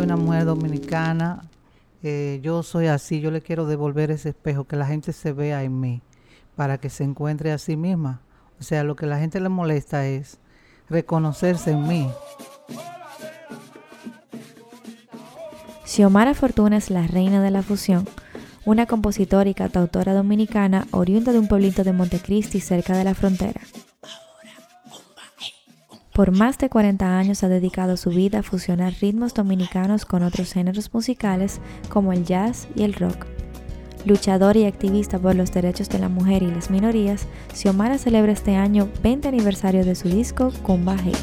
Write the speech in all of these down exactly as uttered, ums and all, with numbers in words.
una mujer dominicana, eh, yo soy así, yo le quiero devolver ese espejo, que la gente se vea en mí, para que se encuentre a sí misma. O sea, lo que a la gente le molesta es reconocerse en mí. Xiomara Fortuna es la reina de la fusión, una compositora y cantautora dominicana oriunda de un pueblito de Montecristi cerca de la frontera. Por más de cuarenta años ha dedicado su vida a fusionar ritmos dominicanos con otros géneros musicales como el jazz y el rock. Luchadora y activista por los derechos de la mujer y las minorías, Xiomara celebra este año veinte aniversario de su disco Kumba Hey.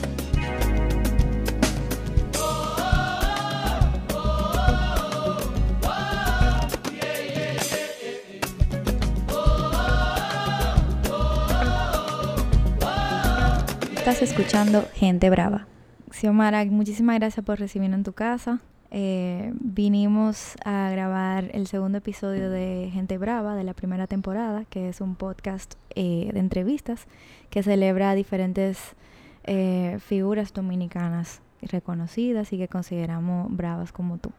Estás escuchando Gente Brava. Xiomara, muchísimas gracias por recibirnos en tu casa. Eh, vinimos a grabar el segundo episodio de Gente Brava de la primera temporada, que es un podcast eh, de entrevistas que celebra a diferentes eh, figuras dominicanas reconocidas y que consideramos bravas como tú.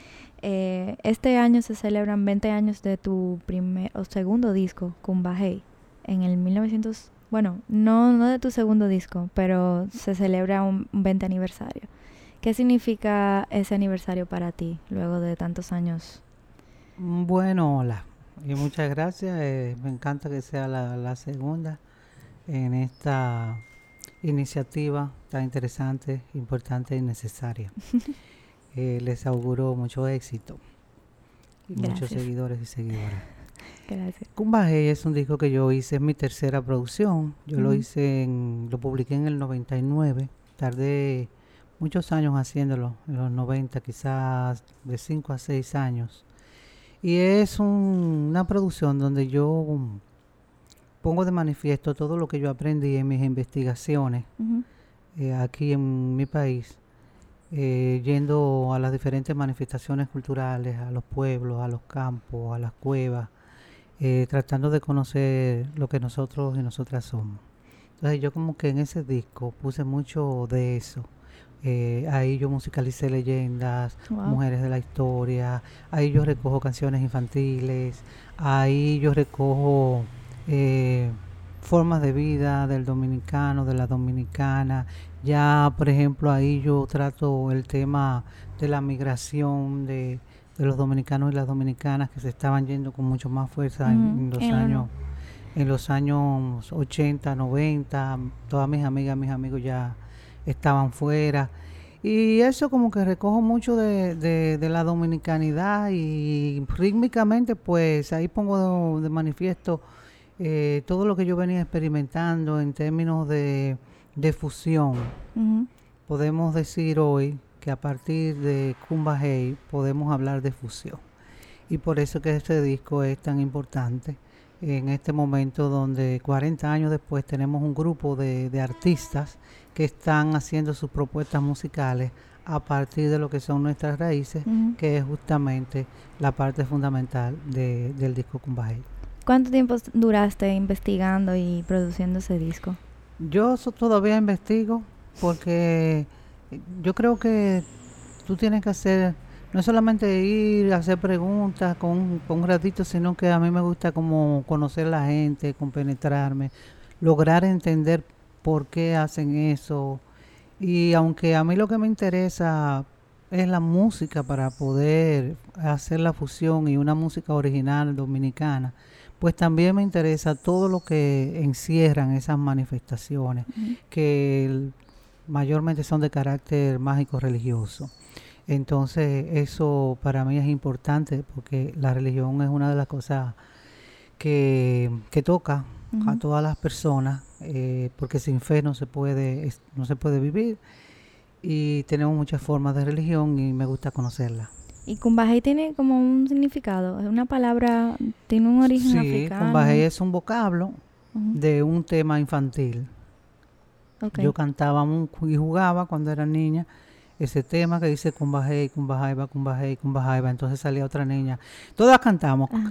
Eh, este año se celebran veinte años de tu primer o segundo disco, Kumba Hey, en el mil novecientos. Bueno, no, no de tu segundo disco, pero se celebra un veinte aniversario. ¿Qué significa ese aniversario para ti, luego de tantos años? Bueno, hola, y muchas gracias. Eh, me encanta que sea la, la segunda en esta iniciativa tan interesante, importante y necesaria. eh, les auguro mucho éxito y Gracias. Muchos seguidores y seguidoras. Gracias. Kumba Hey es un disco que yo hice, es mi tercera producción. Yo Uh-huh. lo hice, en, lo publiqué en el noventa y nueve. Tardé muchos años haciéndolo, en los noventa, quizás de cinco a seis años. Y es un, una producción donde yo um, pongo de manifiesto todo lo que yo aprendí en mis investigaciones Uh-huh. eh, aquí en mi país, eh, yendo a las diferentes manifestaciones culturales, a los pueblos, a los campos, a las cuevas, eh, tratando de conocer lo que nosotros y nosotras somos. Entonces yo como que en ese disco puse mucho de eso. Eh, ahí yo musicalicé leyendas, Wow. mujeres de la historia, ahí yo recojo canciones infantiles, ahí yo recojo eh, formas de vida del dominicano, de la dominicana. Ya, por ejemplo, ahí yo trato el tema de la migración de, de los dominicanos y las dominicanas que se estaban yendo con mucho más fuerza en, Uh-huh. en los En años en los años ochenta, noventa. Todas mis amigas, mis amigos ya estaban fuera. Y eso como que recojo mucho de, de, de la dominicanidad y rítmicamente pues ahí pongo de, de manifiesto eh, todo lo que yo venía experimentando en términos de, de fusión. Uh-huh. Podemos decir hoy que a partir de Kumba Hey podemos hablar de fusión. Y por eso que este disco es tan importante en este momento donde cuarenta años después tenemos un grupo de, de artistas que están haciendo sus propuestas musicales a partir de lo que son nuestras raíces, Uh-huh. que es justamente la parte fundamental de, del disco Kumba Hey. ¿Cuánto tiempo duraste investigando y produciendo ese disco? Yo so, todavía investigo porque yo creo que tú tienes que hacer, no es solamente ir a hacer preguntas con, con un ratito, sino que a mí me gusta como conocer a la gente, compenetrarme, lograr entender por qué hacen eso. Y aunque a mí lo que me interesa es la música para poder hacer la fusión y una música original dominicana, pues también me interesa todo lo que encierran esas manifestaciones, Uh-huh. que el, mayormente son de carácter mágico religioso. Entonces eso para mí es importante porque la religión es una de las cosas que, que toca uh-huh. a todas las personas, eh, porque sin fe no se puede es, no se puede vivir, y tenemos muchas formas de religión y me gusta conocerla. ¿Y Kumba Hey tiene como un significado? ¿Es una palabra, tiene un origen sí, africano? Sí, Kumba Hey es un vocablo uh-huh. de un tema infantil. Okay. Yo cantaba y jugaba cuando era niña ese tema que dice Kumba Hey, Kumba Jaiba, Kumba Hey, Kumba Jaiba. Entonces salía otra niña. Todas cantamos. Uh-huh.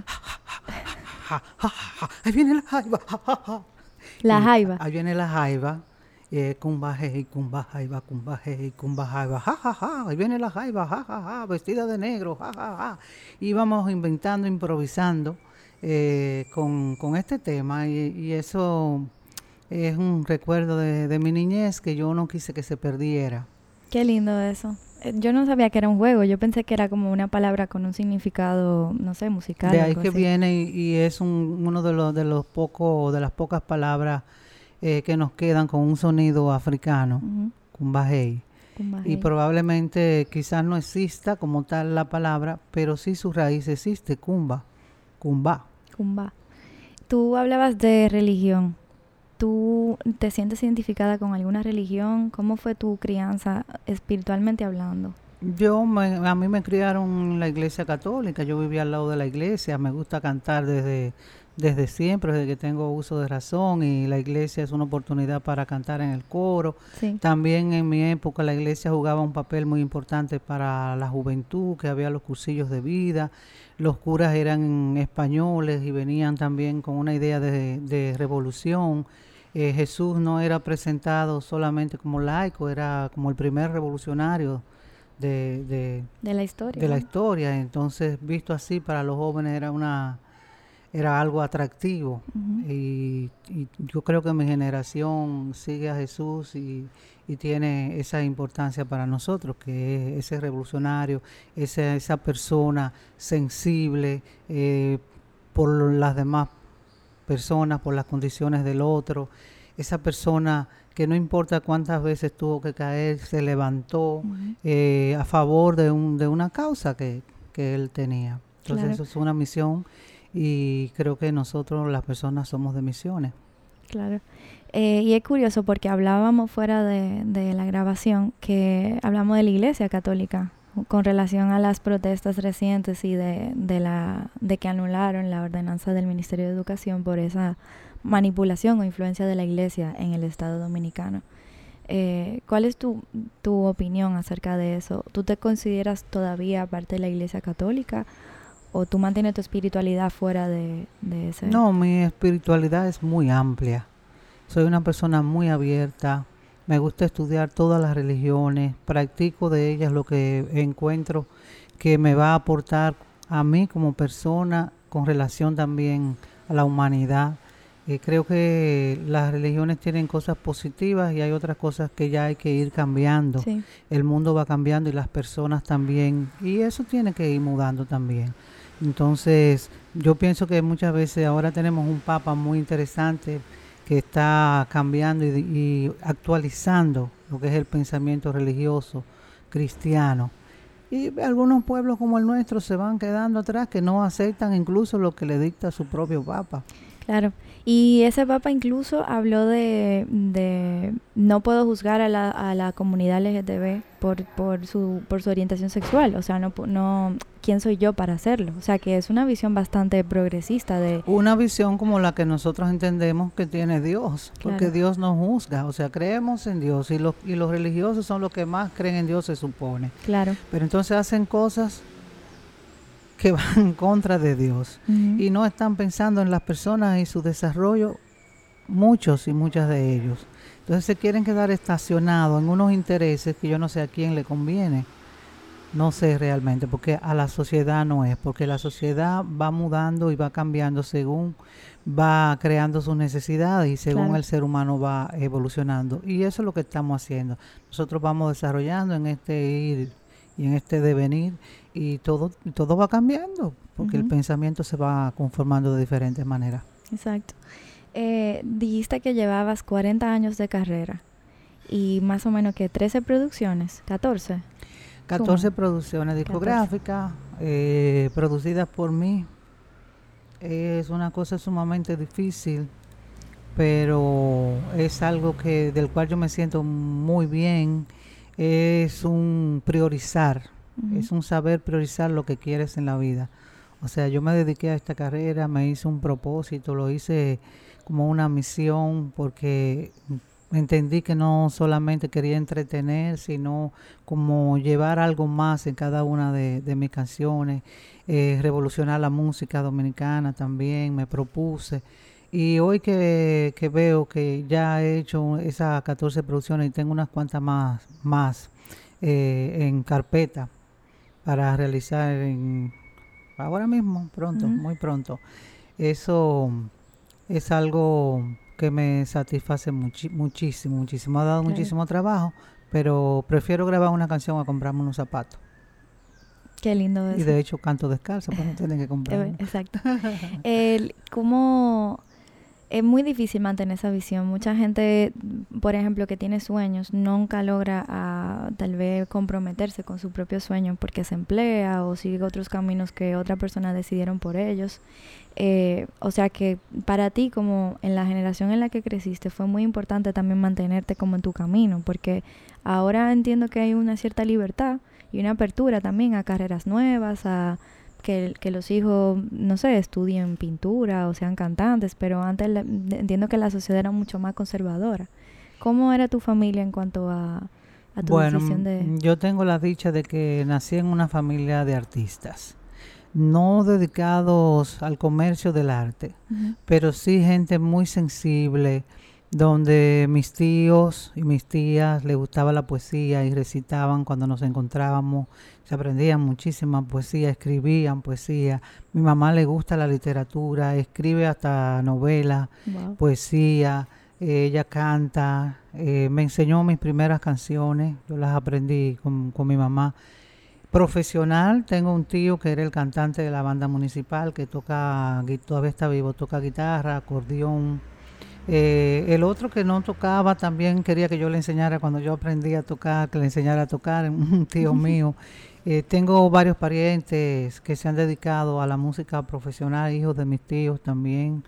Ahí viene la jaiba. La jaiba. Ahí viene la jaiba. eh, cumba, hey, cumba, jaiba, cumba, hey, cumba, jaiba, ja, ja, ja, ahí viene la jaiba, ja, ja, ja, vestida de negro, ja, ja, ja. Íbamos inventando, improvisando eh, con, con este tema y, y eso es un recuerdo de, de mi niñez que yo no quise que se perdiera. Qué lindo eso. Eh, Yo no sabía que era un juego, yo pensé que era como una palabra con un significado, no sé, musical De o ahí algo que así. viene y, y es un, uno de los de los pocos de las pocas palabras eh, que nos quedan con un sonido africano, Ujú. kumbajei. Y Kumbajay. probablemente quizás no exista como tal la palabra, pero sí su raíz existe, kumba, kumba. Kumba. Tú hablabas de religión. ¿Tú te sientes identificada con alguna religión? ¿Cómo fue tu crianza espiritualmente hablando? Yo me- a mí me criaron en la iglesia católica, yo vivía al lado de la iglesia, me gusta cantar desde, desde siempre, desde que tengo uso de razón y la iglesia es una oportunidad para cantar en el coro. Sí, También en mi época la iglesia jugaba un papel muy importante para la juventud, que había los cursillos de vida, los curas eran españoles y venían también con una idea de, de revolución. Eh, Jesús no era presentado solamente como laico, era como el primer revolucionario de, de, de la historia, de la ¿no? historia. Entonces, visto así, para los jóvenes era una era algo atractivo. Ujú. Y, y yo creo que mi generación sigue a Jesús y, y tiene esa importancia para nosotros, que es ese revolucionario, esa, esa persona sensible eh, por las demás personas, por las condiciones del otro, esa persona que no importa cuántas veces tuvo que caer, se levantó Ujú. eh, a favor de, un, de una causa que, que él tenía. Entonces Claro, eso es una misión y creo que nosotros las personas somos de misiones. claro. Eh, y es curioso porque hablábamos fuera de, de la grabación que hablamos de la Iglesia Católica con relación a las protestas recientes y de, de, la, de que anularon la ordenanza del Ministerio de Educación por esa manipulación o influencia de la Iglesia en el Estado Dominicano. Eh, ¿Cuál es tu, tu opinión acerca de eso? ¿Tú te consideras todavía parte de la Iglesia Católica o tú mantienes tu espiritualidad fuera de, de ese? No, mi espiritualidad es muy amplia. Soy una persona muy abierta. Me gusta estudiar todas las religiones. Practico de ellas lo que encuentro que me va a aportar a mí como persona con relación también a la humanidad. Eh, creo que las religiones tienen cosas positivas y hay otras cosas que ya hay que ir cambiando. Sí, El mundo va cambiando y las personas también. Y eso tiene que ir mudando también. Entonces, yo pienso que muchas veces ahora tenemos un papa muy interesante que está cambiando y, y actualizando lo que es el pensamiento religioso cristiano. Y algunos pueblos como el nuestro se van quedando atrás, que no aceptan incluso lo que le dicta su propio papa. claro. Y ese papa incluso habló de, de no puedo juzgar a la, a la comunidad L G T B por, por, su, por su orientación sexual. O sea, no, pu- no, ¿quién soy yo para hacerlo? O sea, que es una visión bastante progresista de, Una visión como la que nosotros entendemos que tiene Dios, porque claro, Dios no juzga, o sea, creemos en Dios y los, y los religiosos son los que más creen en Dios, se supone. claro. Pero entonces hacen cosas que van en contra de Dios Ujú. y no están pensando en las personas y su desarrollo, muchos y muchas de ellos. Entonces se quieren quedar estacionados en unos intereses que yo no sé a quién le conviene, no sé realmente, porque a la sociedad no es, porque la sociedad va mudando y va cambiando según va creando sus necesidades y según Claro. el ser humano va evolucionando. Y eso es lo que estamos haciendo. Nosotros vamos desarrollando en este ir y en este devenir y todo, y todo va cambiando, porque el Ujú. pensamiento se va conformando de diferentes maneras. Exacto. Eh, dijiste que llevabas cuarenta años de carrera y más o menos que trece producciones, catorce. catorce Suma. producciones catorce. discográficas eh, producidas por mí. Es una cosa sumamente difícil, pero es algo que del cual yo me siento muy bien. Es un priorizar, Ujú. es un saber priorizar lo que quieres en la vida. O sea, yo me dediqué a esta carrera, me hice un propósito, lo hice como una misión porque entendí que no solamente quería entretener, sino como llevar algo más en cada una de, de mis canciones, eh, revolucionar la música dominicana también, me propuse. Y hoy que, que veo que ya he hecho esas catorce producciones y tengo unas cuantas más, más eh, en carpeta para realizar en, ahora mismo, pronto, Ujú. muy pronto. Eso es algo que me satisface muchi- muchísimo, muchísimo. Ha dado Claro. muchísimo trabajo, pero prefiero grabar una canción a comprarme unos zapatos. Qué lindo Y eso. de hecho canto descalzo para no tener que Eh, comprarlo. Exacto. El, ¿cómo es muy difícil mantener esa visión? Mucha gente, por ejemplo, que tiene sueños, nunca logra ah, tal vez comprometerse con su propio sueño porque se emplea o sigue otros caminos que otras personas decidieron por ellos. Eh, o sea que para ti, como en la generación en la que creciste, fue muy importante también mantenerte como en tu camino, porque ahora entiendo que hay una cierta libertad y una apertura también a carreras nuevas, a que, que los hijos, no sé, estudien pintura o sean cantantes, pero antes la- de- entiendo que la sociedad era mucho más conservadora. ¿Cómo era tu familia en cuanto a, a tu Bueno, decisión mm, de...? yo tengo la dicha de que nací en una familia de artistas, no dedicados al comercio del arte, Ujú. pero sí gente muy sensible, donde mis tíos y mis tías les gustaba la poesía y recitaban cuando nos encontrábamos, se aprendían muchísima poesía, escribían poesía. Mi mamá le gusta la literatura, escribe hasta novelas, Wow. poesía, eh, ella canta, eh, me enseñó mis primeras canciones, yo las aprendí con, con mi mamá. Profesional, tengo un tío que era el cantante de la banda municipal, que toca, gui- todavía está vivo, toca guitarra, acordeón. Eh, el otro que no tocaba también quería que yo le enseñara cuando yo aprendí a tocar, que le enseñara a tocar, un tío mío. Eh, tengo varios parientes que se han dedicado a la música profesional, hijos de mis tíos también.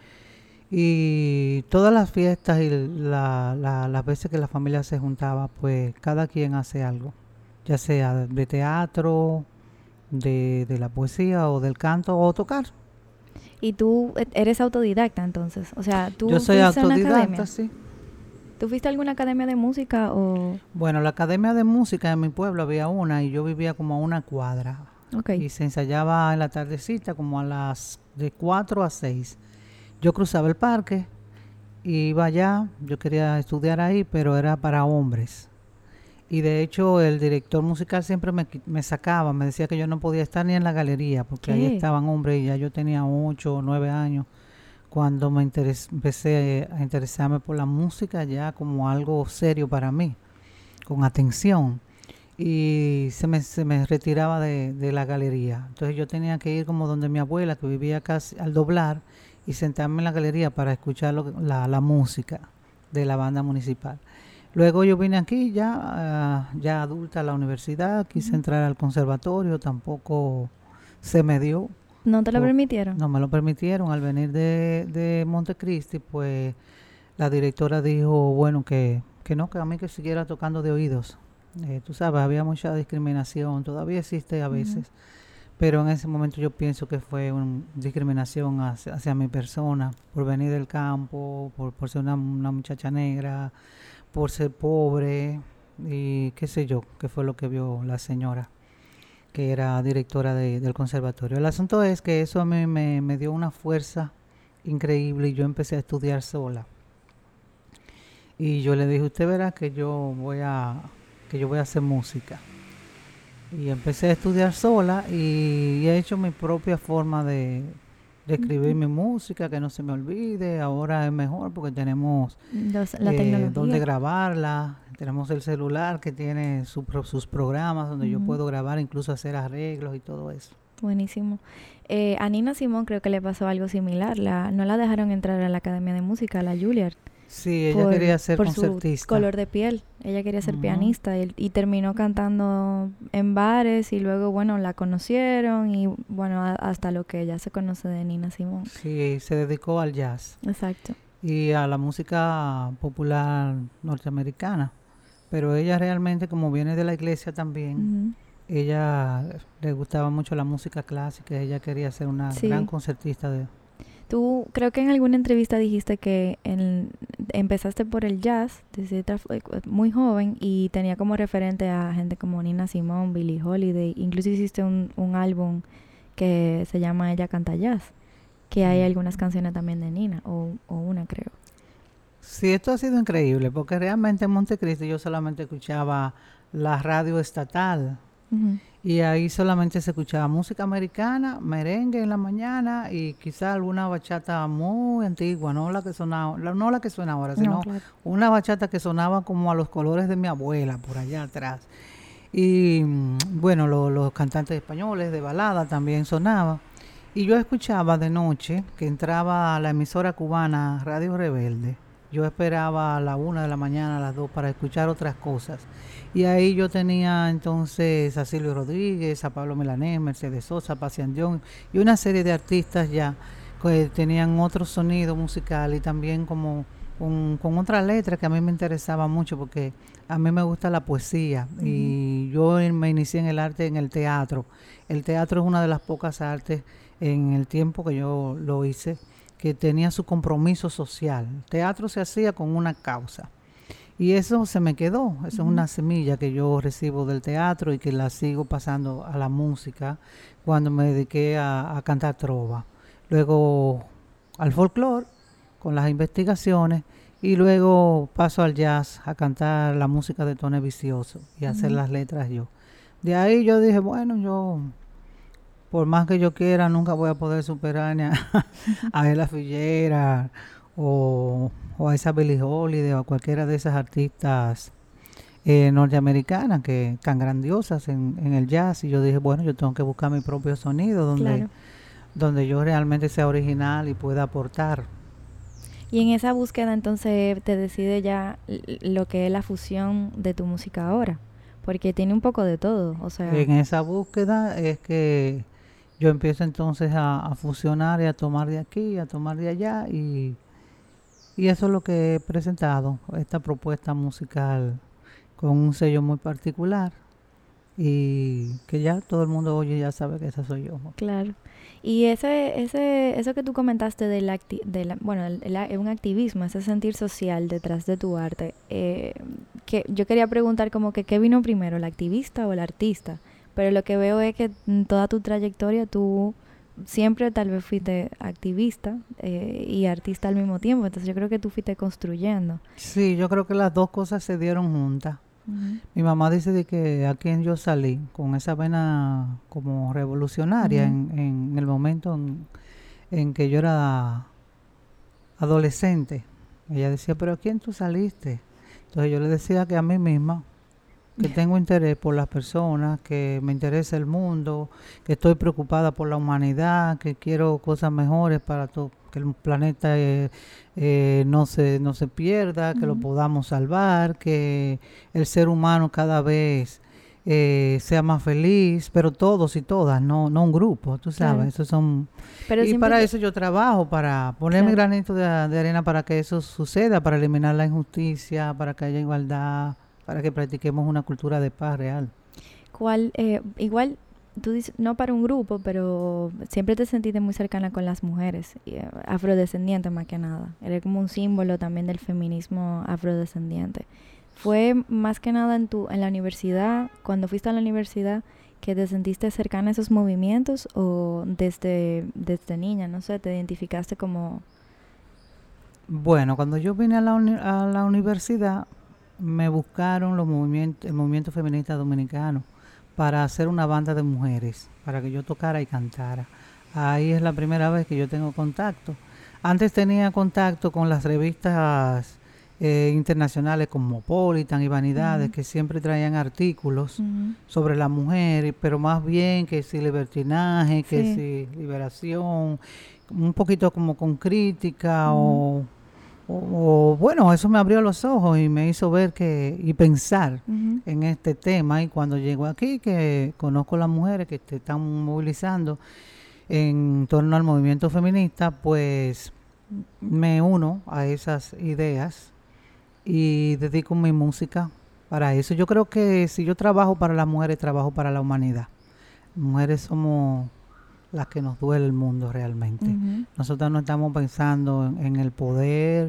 Y todas las fiestas y la- la- las veces que la familia se juntaba, pues cada quien hace algo, ya sea de teatro, de, de la poesía o del canto o tocar. Y tú e- eres autodidacta entonces, o sea, Yo ¿tú soy fuiste a una autodidacta, academia? sí. ¿Tú fuiste a alguna academia de música o...? Bueno, la academia de música en mi pueblo había una y yo vivía como a una cuadra Ok. y se ensayaba en la tardecita como a las de cuatro a seis. Yo cruzaba el parque, iba allá, yo quería estudiar ahí, pero era para hombres. Y de hecho el director musical siempre me, qui- me sacaba, me decía que yo no podía estar ni en la galería porque ahí ¿Qué? estaban hombres y ya yo tenía ocho o nueve años cuando me interes- empecé a interesarme por la música ya como algo serio para mí, con atención. Y se me, se me retiraba de, de la galería. Entonces yo tenía que ir como donde mi abuela, que vivía casi al doblar, y sentarme en la galería para escuchar lo que- la, la música de la banda municipal. Luego yo vine aquí ya, ah, ya adulta a la universidad, quise Ujú. entrar al conservatorio, tampoco se me dio, ¿No te lo por- permitieron? no me lo permitieron. Al venir de, de Montecristi, pues la directora dijo, bueno, que, que no, que a mí que siguiera tocando de oídos. Eh, tú sabes, había mucha discriminación, todavía existe a Ujú. veces, pero en ese momento yo pienso que fue una discriminación hacia, hacia mi persona, por venir del campo, por, por ser una, una muchacha negra, por ser pobre y qué sé yo, qué fue lo que vio la señora, que era directora de- del conservatorio. El asunto es que eso a mí me, me dio una fuerza increíble y yo empecé a estudiar sola. Y yo le dije, usted verá que yo voy a, que yo voy a hacer música. Y empecé a estudiar sola y he hecho mi propia forma de, de escribir Ujú. mi música, que no se me olvide. Ahora es mejor porque tenemos Los- la eh, donde tecnología. grabarla. Tenemos el celular que tiene su pro- sus programas donde yo Ujú. puedo grabar, incluso hacer arreglos y todo eso. Buenísimo. Eh, a Nina Simón creo que le pasó algo similar. La, no la dejaron entrar a la academia de música, a la Juilliard, Sí, ella por, quería ser por su concertista. color de piel. Ella quería ser Ujú. pianista y, y terminó cantando en bares y luego, bueno, la conocieron y, bueno, a- hasta lo que ya se conoce de Nina Simón. Sí, se dedicó al jazz Exacto. y a la música popular norteamericana. Pero ella realmente, como viene de la iglesia también, Ujú. ella le gustaba mucho la música clásica, ella quería ser una gran Sí. concertista de... Tú creo que en alguna entrevista dijiste que en- empezaste por el jazz desde tra- eh, muy joven y tenía como referente a gente como Nina Simone, Billie Holiday. Incluso hiciste un, un álbum que se llama Ella canta jazz. que hay algunas canciones también de Nina, o, o una creo. Sí, esto ha sido increíble, porque realmente en Montecristi yo solamente escuchaba la radio estatal. Uh-huh. Y ahí solamente se escuchaba música americana, merengue en la mañana y quizá alguna bachata muy antigua, no la que sonaba, la, no la que suena ahora, sino no, claro. Una bachata que sonaba como a los colores de mi abuela, por allá atrás. Y bueno, lo, los cantantes españoles de balada también sonaban. Y yo escuchaba de noche que entraba a la emisora cubana Radio Rebelde. Yo esperaba a la una de la mañana, a las dos, para escuchar otras cosas. Y ahí yo tenía entonces a Silvio Rodríguez, a Pablo Milanés, Mercedes Sosa, Paz Andión y una serie de artistas ya que tenían otro sonido musical y también como con, con otra letra que a mí me interesaba mucho porque a mí me gusta la poesía. Uh-huh. Y yo me inicié en el arte en el teatro. El teatro es una de las pocas artes en el tiempo que yo lo hice que tenía su compromiso social. El teatro se hacía con una causa. Y eso se me quedó, eso uh-huh. es una semilla que yo recibo del teatro y que la sigo pasando a la música cuando me dediqué a, a cantar trova. Luego al folclore con las investigaciones y luego paso al jazz a cantar la música de Tony Vicioso y uh-huh. hacer las letras yo. De ahí yo dije, bueno, yo por más que yo quiera nunca voy a poder superar a, a Ella Fitzgerald o... o a esa Billie Holiday o a cualquiera de esas artistas eh, norteamericanas que tan grandiosas en, en el jazz. Y yo dije, bueno, yo tengo que buscar mi propio sonido donde, claro. donde yo realmente sea original y pueda aportar. Y en esa búsqueda entonces te decide ya lo que es la fusión de tu música ahora, porque tiene un poco de todo, o sea... En esa búsqueda es que yo empiezo entonces a, a fusionar y a tomar de aquí, a tomar de allá y... Y eso es lo que he presentado, esta propuesta musical con un sello muy particular y que ya todo el mundo oye y ya sabe que esa soy yo. Claro. Y ese, ese, eso que tú comentaste del acti- de la, bueno, el, el, un activismo, ese sentir social detrás de tu arte, eh, que yo quería preguntar como que ¿qué vino primero, el activista o el artista? Pero lo que veo es que en toda tu trayectoria tú... siempre tal vez fuiste activista eh, y artista al mismo tiempo, entonces yo creo que tú fuiste construyendo. Sí, yo creo que las dos cosas se dieron juntas. Uh-huh. Mi mamá dice de que a quien yo salí con esa vena como revolucionaria uh-huh. en, en el momento en, en que yo era adolescente. Ella decía, pero ¿a quién tú saliste? Entonces yo le decía que a mí misma, que tengo interés por las personas, que me interesa el mundo, que estoy preocupada por la humanidad, que quiero cosas mejores para todo, que el planeta eh, eh, no se no se pierda, uh-huh. que lo podamos salvar, que el ser humano cada vez eh, sea más feliz, pero todos y todas, no no un grupo, tú sabes, claro. Esos son pero y para eso yo trabajo, para poner claro. mi granito de, de arena para que eso suceda, para eliminar la injusticia, para que haya igualdad, para que practiquemos una cultura de paz real. ¿Cuál, eh, igual, tú dices, no para un grupo, pero siempre te sentiste muy cercana con las mujeres, eh, afrodescendientes más que nada. Eres como un símbolo también del feminismo afrodescendiente. ¿Fue más que nada en tu en la universidad, cuando fuiste a la universidad, que te sentiste cercana a esos movimientos o desde, desde niña, no sé, te identificaste como...? Bueno, cuando yo vine a la, uni- a la universidad... me buscaron los movimientos, el movimiento feminista dominicano para hacer una banda de mujeres, para que yo tocara y cantara. Ahí es la primera vez que yo tengo contacto. Antes tenía contacto con las revistas eh, internacionales como Politan y Vanidades, uh-huh. que siempre traían artículos uh-huh. sobre la mujer, pero más bien que si libertinaje, que sí. si liberación, un poquito como con crítica uh-huh. o... O, o bueno, eso me abrió los ojos y me hizo ver que y pensar uh-huh. en este tema. Y cuando llego aquí, que conozco a las mujeres que te están movilizando en torno al movimiento feminista, pues me uno a esas ideas y dedico mi música para eso. Yo creo que si yo trabajo para las mujeres, trabajo para la humanidad. Mujeres somos las que nos duele el mundo realmente. Uh-huh. Nosotros no estamos pensando en, en el poder,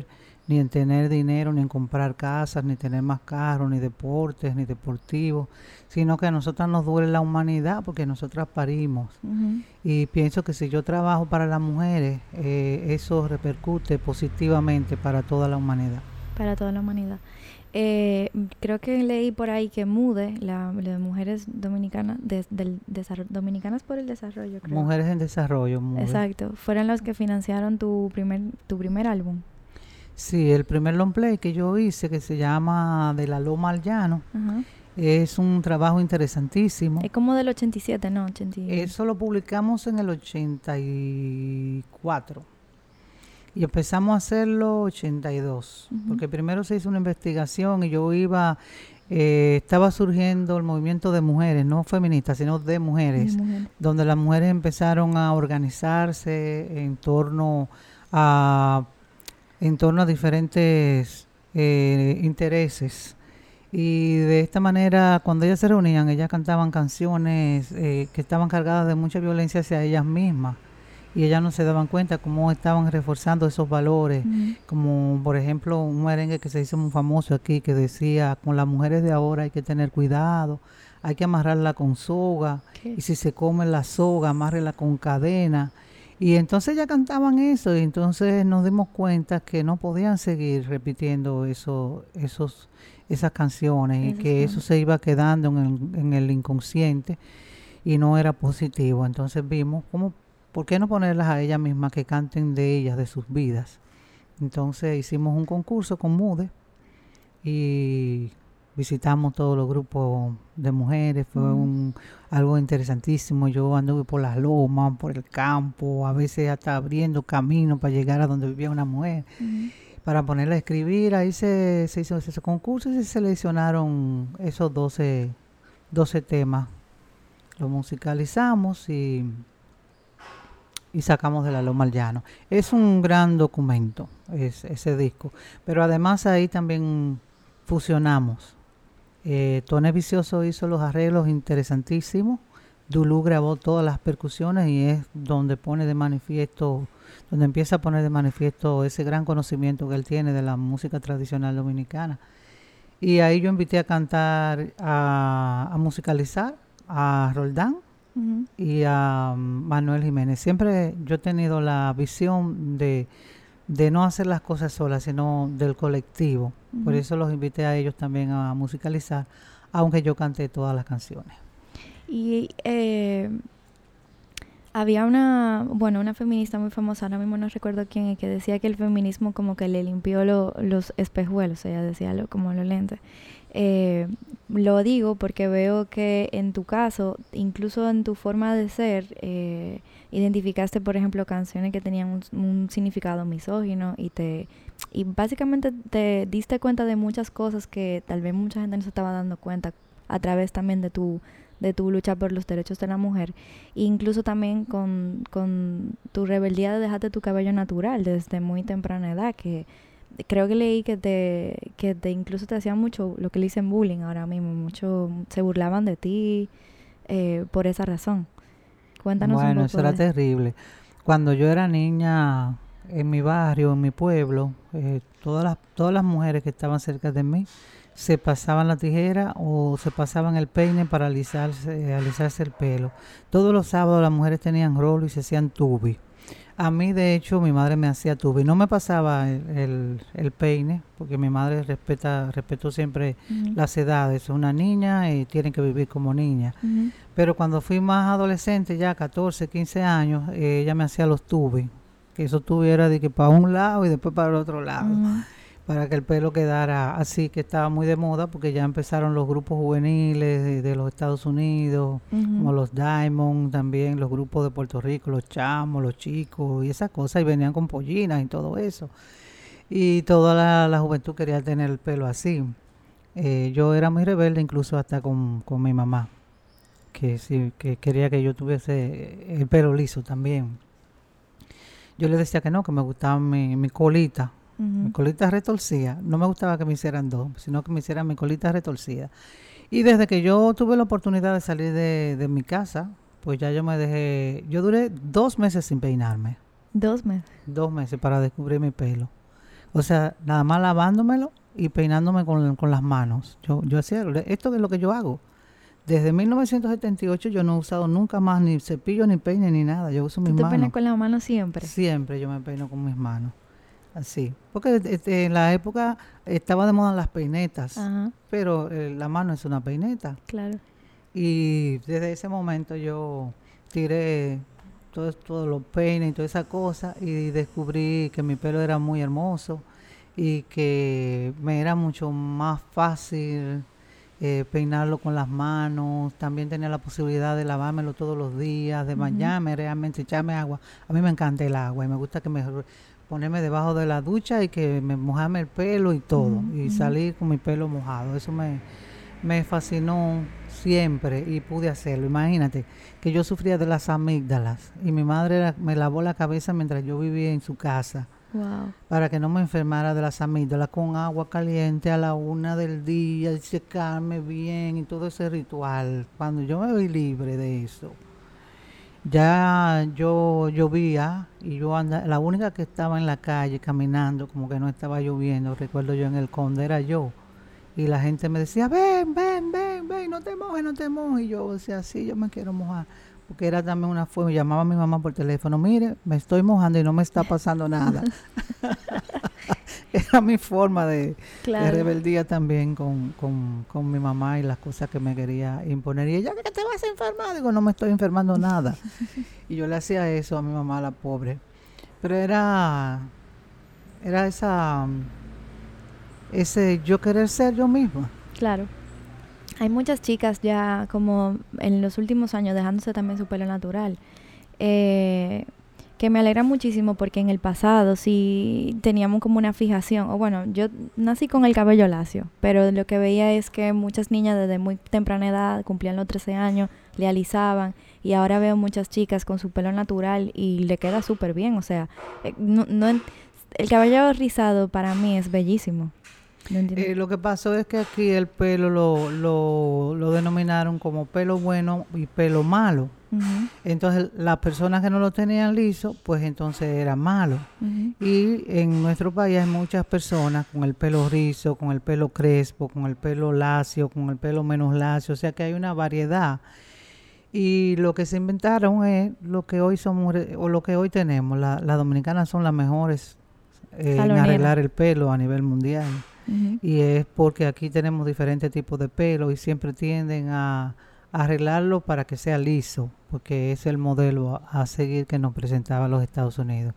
ni en tener dinero, ni en comprar casas, ni tener más carros, ni deportes, ni deportivos, sino que a nosotras nos duele la humanidad porque nosotras parimos. Ujú. Y pienso que si yo trabajo para las mujeres, eh, eso repercute positivamente para toda la humanidad. Para toda la humanidad. Eh, creo que leí por ahí que MUDE, la, la de Mujeres Dominicanas, des- del desarro- Dominicanas por el Desarrollo, creo. Mujeres en Desarrollo, MUDE. Exacto, fueron los que financiaron tu primer, tu primer álbum. Sí, el primer long play que yo hice, que se llama De la Loma al Llano, Ajá. es un trabajo interesantísimo. Es como del ochenta y siete, ¿no? ochenta y- Eso lo publicamos en el ochenta y cuatro y empezamos a hacerlo ochenta y dos, Ujú. porque primero se hizo una investigación y yo iba, eh, estaba surgiendo el movimiento de mujeres, no feministas, sino de mujeres, Mi mujer. donde las mujeres empezaron a organizarse en torno a, en torno a diferentes eh, intereses. Y de esta manera, cuando ellas se reunían, ellas cantaban canciones eh, que estaban cargadas de mucha violencia hacia ellas mismas. Y ellas no se daban cuenta cómo estaban reforzando esos valores. Ujú. Como por ejemplo un merengue que se hizo muy famoso aquí que decía, con las mujeres de ahora hay que tener cuidado, hay que amarrarla con soga, ¿Qué? y si se come la soga, amárrela con cadena. Y entonces ya cantaban eso, y entonces nos dimos cuenta que no podían seguir repitiendo eso, esos, esas canciones, y Esas que eso canciones. se iba quedando en el, en el inconsciente y no era positivo. Entonces vimos cómo, ¿por qué no ponerlas a ellas mismas que canten de ellas, de sus vidas? Entonces hicimos un concurso con MUDE y visitamos todos los grupos de mujeres. Fue Ujú. un, algo interesantísimo. Yo anduve por las lomas, por el campo, a veces hasta abriendo camino para llegar a donde vivía una mujer, Ujú. para ponerla a escribir. Ahí se, se hizo ese concurso y se seleccionaron esos doce, doce temas. Lo musicalizamos y, y sacamos de la Loma al Llano. Es un gran documento es, ese disco, pero además ahí también fusionamos. Eh, Tone Vicioso hizo los arreglos interesantísimos. Dulú grabó todas las percusiones y es donde pone de manifiesto, donde empieza a poner de manifiesto ese gran conocimiento que él tiene de la música tradicional dominicana. Y ahí yo invité a cantar, a, a musicalizar a Roldán Ujú. y a Manuel Jiménez. Siempre yo he tenido la visión de, de no hacer las cosas solas, sino del colectivo. Por Ujú. eso los invité a ellos también a musicalizar, aunque yo canté todas las canciones. Y eh, había una, bueno, una feminista muy famosa, ahora mismo no recuerdo quién es, que decía que el feminismo como que le limpió lo- los espejuelos, ella decía lo, como los lentes. Eh, lo digo porque veo que en tu caso, incluso en tu forma de ser, eh, identificaste, por ejemplo, canciones que tenían un, un significado misógino y te y básicamente te diste cuenta de muchas cosas que tal vez mucha gente no se estaba dando cuenta a través también de tu de tu lucha por los derechos de la mujer, e incluso también con, con tu rebeldía de dejarte tu cabello natural desde muy temprana edad, que creo que leí que te que te incluso te hacían mucho lo que le dicen bullying ahora mismo, mucho se burlaban de ti eh, por esa razón. Cuéntanos un Bueno, poco eso era de... terrible. Cuando yo era niña, en mi barrio, en mi pueblo, eh, todas las, todas las mujeres que estaban cerca de mí se pasaban la tijera o se pasaban el peine para alisarse, alisarse el pelo. Todos los sábados las mujeres tenían rolo y se hacían tubi. A mí, de hecho, mi madre me hacía tubi. No me pasaba el, el, el peine, porque mi madre respeta, respetó siempre Ujú, las edades. Es una niña y tiene que vivir como niña. ujú, Pero cuando fui más adolescente, ya catorce, quince años, eh, ella me hacía los tubis. Que esos tubis era de que para un lado y después para el otro lado, ujú, para que el pelo quedara así, que estaba muy de moda, porque ya empezaron los grupos juveniles de, de los Estados Unidos, como ujú. los Diamond, también los grupos de Puerto Rico, los chamos, los chicos y esas cosas, y venían con pollinas y todo eso. Y toda la, la juventud quería tener el pelo así. Eh, yo era muy rebelde, incluso hasta con, con mi mamá, que sí, que quería que yo tuviese el pelo liso también. Yo le decía que no, que me gustaba mi, mi colita, mi Ujú. colita retorcida. No me gustaba que me hicieran dos, sino que me hicieran mi colita retorcida. Y desde que yo tuve la oportunidad de salir de, de mi casa, pues ya yo me dejé, yo duré dos meses sin peinarme, Dos meses. dos meses para descubrir mi pelo. O sea, nada más lavándomelo y peinándome con, con las manos. Yo, yo hacía, esto es lo que yo hago. Desde mil novecientos setenta y ocho yo no he usado nunca más ni cepillo, ni peine, ni nada. Yo uso mis ¿Tú te manos. peinas con las manos siempre? Siempre yo me peino con mis manos. Así. Porque este, en la época estaba de moda las peinetas. Ajá. Pero eh, la mano es una peineta. Claro. Y desde ese momento yo tiré todos todo los peines y toda esa cosa y descubrí que mi pelo era muy hermoso y que me era mucho más fácil eh, peinarlo con las manos. También tenía la posibilidad de lavármelo todos los días, de Ujú. bañarme realmente, echarme agua. A mí me encanta el agua y me gusta que me ponerme debajo de la ducha y que me mojame el pelo y todo, Ujú, y ujú. salir con mi pelo mojado. Eso me, me fascinó siempre y pude hacerlo. Imagínate que yo sufría de las amígdalas y mi madre era- me lavó la cabeza mientras yo vivía en su casa Wow. para que no me enfermara de las amígdalas con agua caliente a la una del día y secarme bien y todo ese ritual. Cuando yo me vi libre de eso, ya yo llovía y yo andaba, la única que estaba en la calle caminando como que no estaba lloviendo, recuerdo yo en el Conde era yo. Y la gente me decía, ven, ven, ven, ven, no te mojes, no te mojes. Y yo decía, sí, yo me quiero mojar. Porque era también una forma, llamaba a mi mamá por teléfono, mire, me estoy mojando y no me está pasando nada. Era mi forma de, de Claro. rebeldía también con, con, con mi mamá y las cosas que me quería imponer. Y ella, ¿qué te vas a enfermar? Digo, no me estoy enfermando nada. Y yo le hacía eso a mi mamá, la pobre. Pero era, era esa, ese yo querer ser yo misma. Claro. Hay muchas chicas ya como en los últimos años dejándose también su pelo natural. Eh, que me alegra muchísimo porque en el pasado sí teníamos como una fijación. O bueno, yo nací con el cabello lacio, pero lo que veía es que muchas niñas desde muy temprana edad, cumplían los trece años, le alisaban. Y ahora veo muchas chicas con su pelo natural y le queda súper bien. O sea, eh, no, no, en- el cabello rizado para mí es bellísimo. No entiendo. Eh, lo que pasó es que aquí el pelo lo, lo, lo denominaron como pelo bueno y pelo malo. Ujú, Entonces las personas que no lo tenían liso, pues entonces era malo. ujú. Y en nuestro país hay muchas personas con el pelo rizo, con el pelo crespo, con el pelo lacio, con el pelo menos lacio. O sea que hay una variedad. Y lo que se inventaron es lo que hoy somos, re- o lo que hoy tenemos. La- las dominicanas son las mejores eh, en Salonera. arreglar el pelo a nivel mundial. Ujú. Y es porque aquí tenemos diferentes tipos de pelo y siempre tienden a, a arreglarlo para que sea liso, porque es el modelo a, a seguir que nos presentaba los Estados Unidos.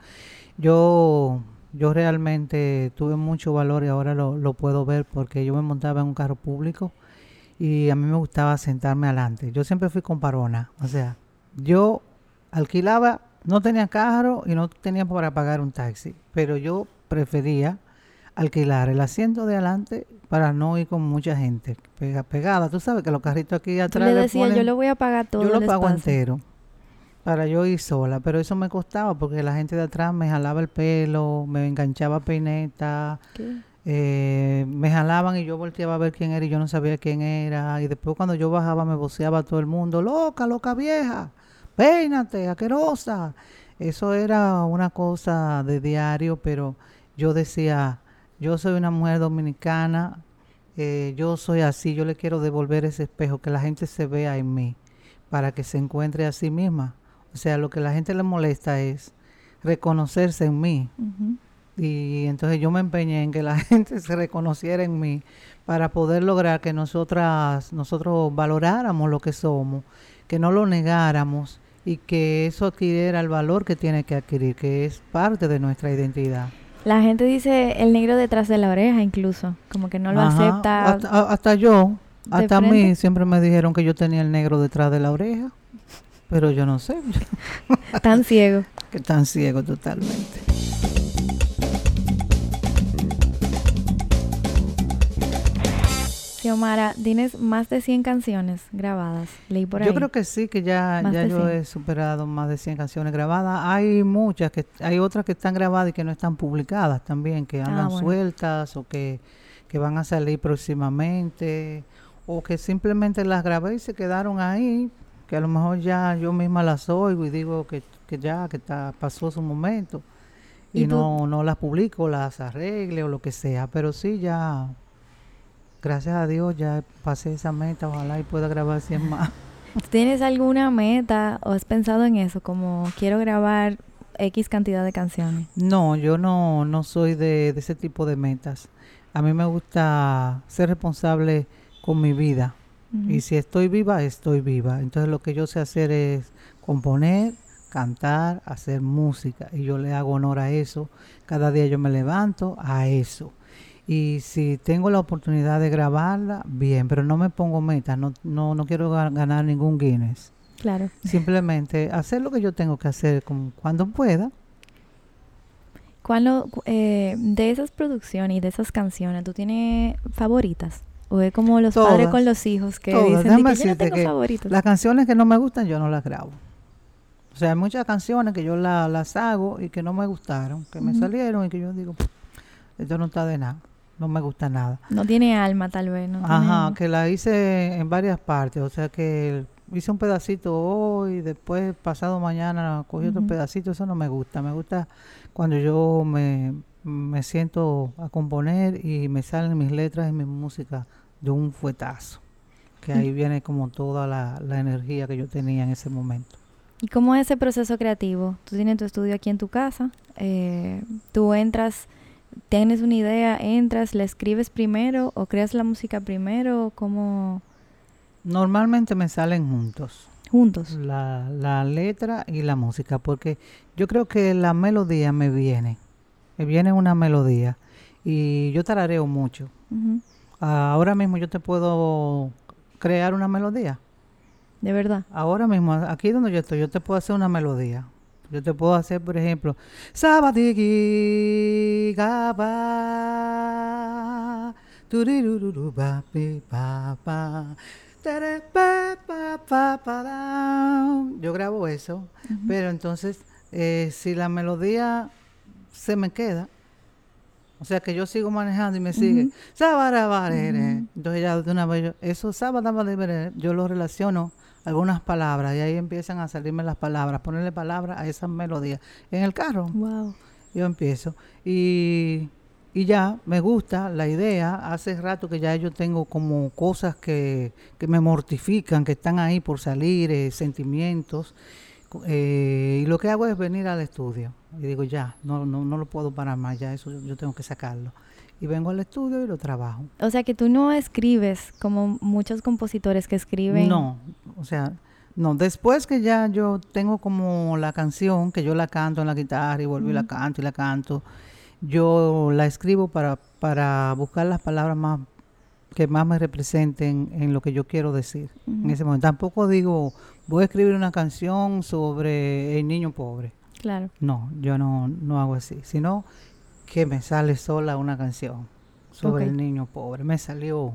Yo, yo realmente tuve mucho valor y ahora lo, lo puedo ver porque yo me montaba en un carro público y a mí me gustaba sentarme adelante. Yo siempre fui comparona, o sea, yo alquilaba, no tenía carro y no tenía para pagar un taxi, pero yo prefería alquilar el asiento de adelante para no ir con mucha gente pega- pegada. Tú sabes que los carritos aquí Tú atrás le le decías, yo ponen, lo voy a pagar todo yo lo el pago espacio. entero para yo ir sola, pero eso me costaba porque la gente de atrás me jalaba el pelo, me enganchaba peineta, ¿Qué? eh, me jalaban y yo volteaba a ver quién era y yo no sabía quién era. Y después cuando yo bajaba me voceaba todo el mundo, loca, loca vieja, peínate, asquerosa. Eso era una cosa de diario, pero yo decía, yo soy una mujer dominicana, eh, yo soy así, yo le quiero devolver ese espejo, que la gente se vea en mí, para que se encuentre a sí misma. O sea, lo que a la gente le molesta es reconocerse en mí. Ujú. Y entonces yo me empeñé en que la gente se reconociera en mí para poder lograr que nosotras, nosotros valoráramos lo que somos, que no lo negáramos y que eso adquiriera el valor que tiene que adquirir, que es parte de nuestra identidad. La gente dice el negro detrás de la oreja incluso, como que no lo Ajá, acepta hasta, a- hasta yo, de hasta a mí frente. siempre me dijeron que yo tenía el negro detrás de la oreja, pero yo no sé, Tan ciego. que tan ciego totalmente. Xiomara, tienes más de cien canciones grabadas. Leí por ahí. Yo creo que sí, que ya, Más ya de yo cien. he superado más de cien canciones grabadas. Hay muchas, que hay otras que están grabadas y que no están publicadas también, que andan Ah, bueno. sueltas o que, que van a salir próximamente, o que simplemente las grabé y se quedaron ahí, que a lo mejor ya yo misma las oigo y digo que, que ya, que está, pasó su momento. y, y no, no las publico, las arregle o lo que sea, pero sí ya, gracias a Dios ya pasé esa meta, ojalá y pueda grabar cien más. ¿Tienes alguna meta o has pensado en eso, como quiero grabar X cantidad de canciones? No, yo no, no soy de, de ese tipo de metas. A mí me gusta ser responsable con mi vida. Uh-huh. Y si estoy viva, estoy viva. Entonces lo que yo sé hacer es componer, cantar, hacer música. Y yo le hago honor a eso. Cada día yo me levanto a eso. Y si tengo la oportunidad de grabarla, bien, pero no me pongo metas. No, no, no quiero ganar ningún Guinness. Claro. Simplemente hacer lo que yo tengo que hacer como cuando pueda. ¿Cuándo, eh, de esas producciones y de esas canciones, tú tienes favoritas? ¿O es como los todas, padres con los hijos que todas. dicen de que yo no tengo que favoritos? Las canciones que no me gustan yo no las grabo. O sea, hay muchas canciones que yo la, las hago y que no me gustaron, que uh-huh. me salieron y que yo digo, esto no está de nada, no me gusta nada. No tiene alma tal vez, ¿no? Ajá, tiene... que la hice en varias partes, o sea que hice un pedacito hoy, después pasado mañana cogí uh-huh. otro pedacito, eso no me gusta. Me gusta cuando yo me, me siento a componer y me salen mis letras y mi música de un fuetazo, que ahí uh-huh. viene como toda la, la energía que yo tenía en ese momento. ¿Y cómo es ese proceso creativo? Tú tienes tu estudio aquí en tu casa, eh, tú entras, tienes una idea, entras, la escribes primero o creas la música primero, ¿cómo...? Normalmente me salen juntos. Juntos. La, la letra y la música, porque yo creo que la melodía me viene. Me viene una melodía. Y yo tarareo mucho. Uh-huh. Ahora mismo yo te puedo crear una melodía. ¿De verdad? Ahora mismo, aquí donde yo estoy, yo te puedo hacer una melodía. Yo te puedo hacer, por ejemplo, Sabadigi Gaba Turiruru Bapi Papa. Yo grabo eso, uh-huh. pero entonces eh, si la melodía se me queda, o sea que yo sigo manejando y me uh-huh. sigue, uh-huh. entonces ya de una vez yo, eso yo lo relaciono a algunas palabras y ahí empiezan a salirme las palabras, ponerle palabras a esas melodías en el carro. Wow. Yo empiezo y Y ya me gusta la idea. Hace rato que ya yo tengo como cosas que, que me mortifican, que están ahí por salir, eh, sentimientos. Eh, y lo que hago es venir al estudio. Y digo, ya, no, no, no lo puedo parar más, ya eso yo, yo tengo que sacarlo. Y vengo al estudio y lo trabajo. O sea que tú no escribes como muchos compositores que escriben. No, o sea, no. Después que ya yo tengo como la canción, que yo la canto en la guitarra y vuelvo uh-huh. y la canto y la canto. Yo la escribo para, para buscar las palabras más que más me representen en lo que yo quiero decir uh-huh. en ese momento. Tampoco digo, voy a escribir una canción sobre el niño pobre. Claro. No, yo no, no hago así, sino que me sale sola una canción sobre okay. el niño pobre. Me salió.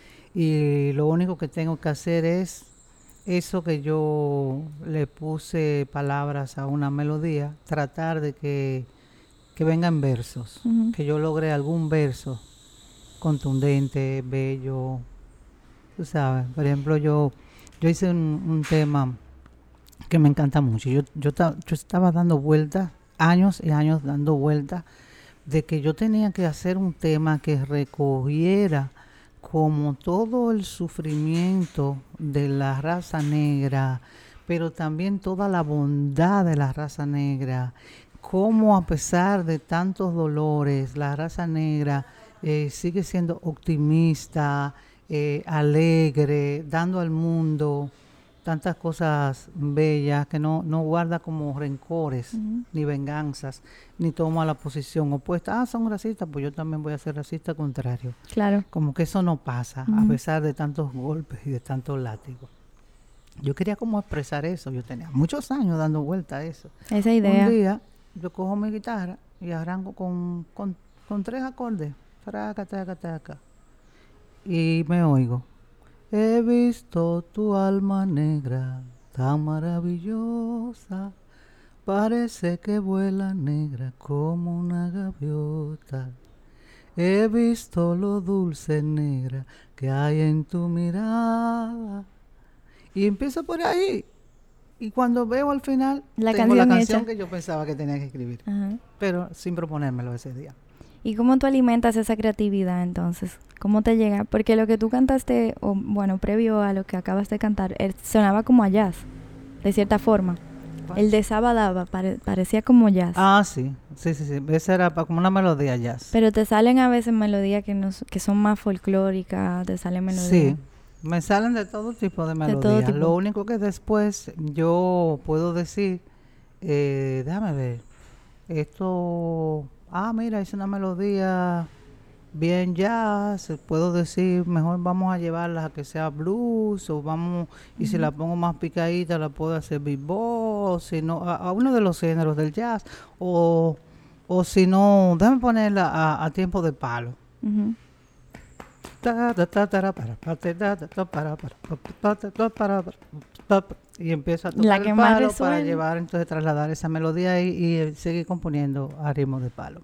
Y lo único que tengo que hacer es eso que yo le puse palabras a una melodía, tratar de que que vengan versos, uh-huh. que yo logre algún verso contundente, bello, tú sabes. Por ejemplo, yo yo hice un, un tema que me encanta mucho. Yo yo, ta, yo estaba dando vueltas, años y años dando vueltas, de que yo tenía que hacer un tema que recogiera como todo el sufrimiento de la raza negra, pero también toda la bondad de la raza negra. Cómo a pesar de tantos dolores, la raza negra eh, sigue siendo optimista, eh, alegre, dando al mundo tantas cosas bellas, que no, no guarda como rencores, uh-huh. ni venganzas, ni toma la posición opuesta. Ah, son racistas, pues yo también voy a ser racista, contrario. Claro. Como que eso no pasa, uh-huh. a pesar de tantos golpes y de tantos látigos. Yo quería como expresar eso, yo tenía muchos años dando vuelta a eso. Esa idea. Un día yo cojo mi guitarra y arranco con, con, con tres acordes, fraca, taca, taca, y me oigo. He visto tu alma negra, tan maravillosa, parece que vuela negra como una gaviota. He visto lo dulce negra que hay en tu mirada. Y empiezo por ahí. y cuando veo al final, La tengo la canción canción hecha. que yo pensaba que tenía que escribir, Ajá. pero sin proponérmelo ese día. ¿Y cómo tú alimentas esa creatividad entonces? ¿Cómo te llega? Porque lo que tú cantaste, o bueno, previo a lo que acabas de cantar, eh, sonaba como a jazz, de cierta forma. El de Sabadaba pare- parecía como jazz. Ah, sí, sí, sí, sí. Esa era pa- como una melodía jazz. Pero te salen a veces melodías que, no, s- que son más folclóricas, te salen melodías. Sí, me salen de todo tipo de De todo melodías. tipo. Lo único que después yo puedo decir, eh, déjame ver, esto, ah, mira, es una melodía bien jazz, puedo decir, mejor vamos a llevarla a que sea blues, o vamos, y si Ujú. la pongo más picadita, la puedo hacer bebop, si no, a, a uno de los géneros del jazz, o, o si no, déjame ponerla a, a tiempo de palo. Ujú. Ta, ta, ta, tara, para, pa, te, ta, ta, ta, para, para, pa, pa, ta, ta, para, para, pa, pa, y empiezo a La tocar que el más palo resuena. para llevar, entonces trasladar esa melodía y, y eh, seguir componiendo a ritmo de palo.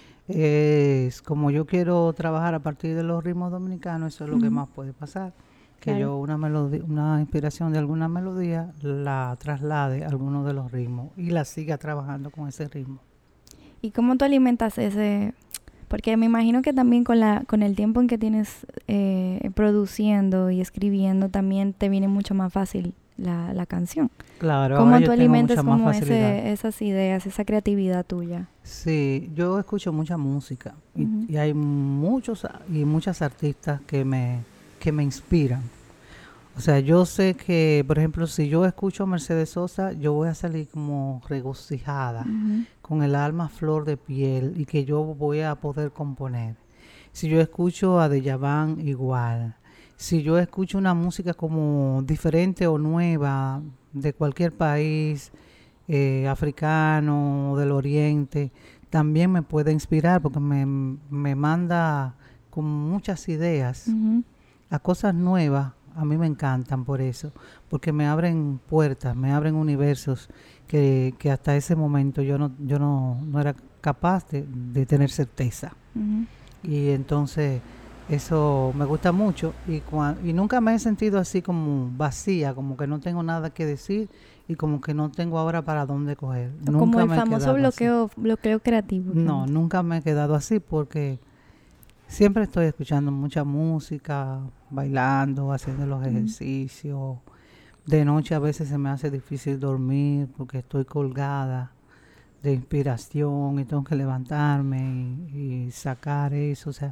Es como yo quiero trabajar a partir de los ritmos dominicanos, eso es lo que Ujú. más puede pasar. Que Claro. yo una melodía, una inspiración de alguna melodía la traslade a alguno de los ritmos y la siga trabajando con ese ritmo. ¿Y cómo tú alimentas ese? Porque me imagino que también con la con el tiempo en que tienes eh, produciendo y escribiendo también te viene mucho más fácil la, la canción. Claro, ¿Cómo ahora tú yo tengo alimentas mucha más como facilidad. ese, esas ideas, esa creatividad tuya? Sí, yo escucho mucha música y, Ujú. y hay muchos a- y muchas artistas que me, que me inspiran. O sea, yo sé que, por ejemplo, si yo escucho a Mercedes Sosa, yo voy a salir como regocijada, Ujú. con el alma a flor de piel y que yo voy a poder componer. Si yo escucho a Dyaban, igual. Si yo escucho una música como diferente o nueva de cualquier país, eh, africano, del oriente, también me puede inspirar porque me, me manda con muchas ideas Ujú. a cosas nuevas. A mí me encantan por eso, porque me abren puertas, me abren universos que, que hasta ese momento yo no, yo no, no era capaz de, de tener certeza. Ujú. Y entonces eso me gusta mucho y, cua- y nunca me he sentido así como vacía, como que no tengo nada que decir y como que no tengo ahora para dónde coger. O como Nunca el me he famoso quedado así. bloqueo, bloqueo creativo. que No, nunca me he quedado así porque siempre estoy escuchando mucha música, bailando, haciendo los Ujú. ejercicios. De noche a veces se me hace difícil dormir porque estoy colgada de inspiración y tengo que levantarme y, y sacar eso. O sea,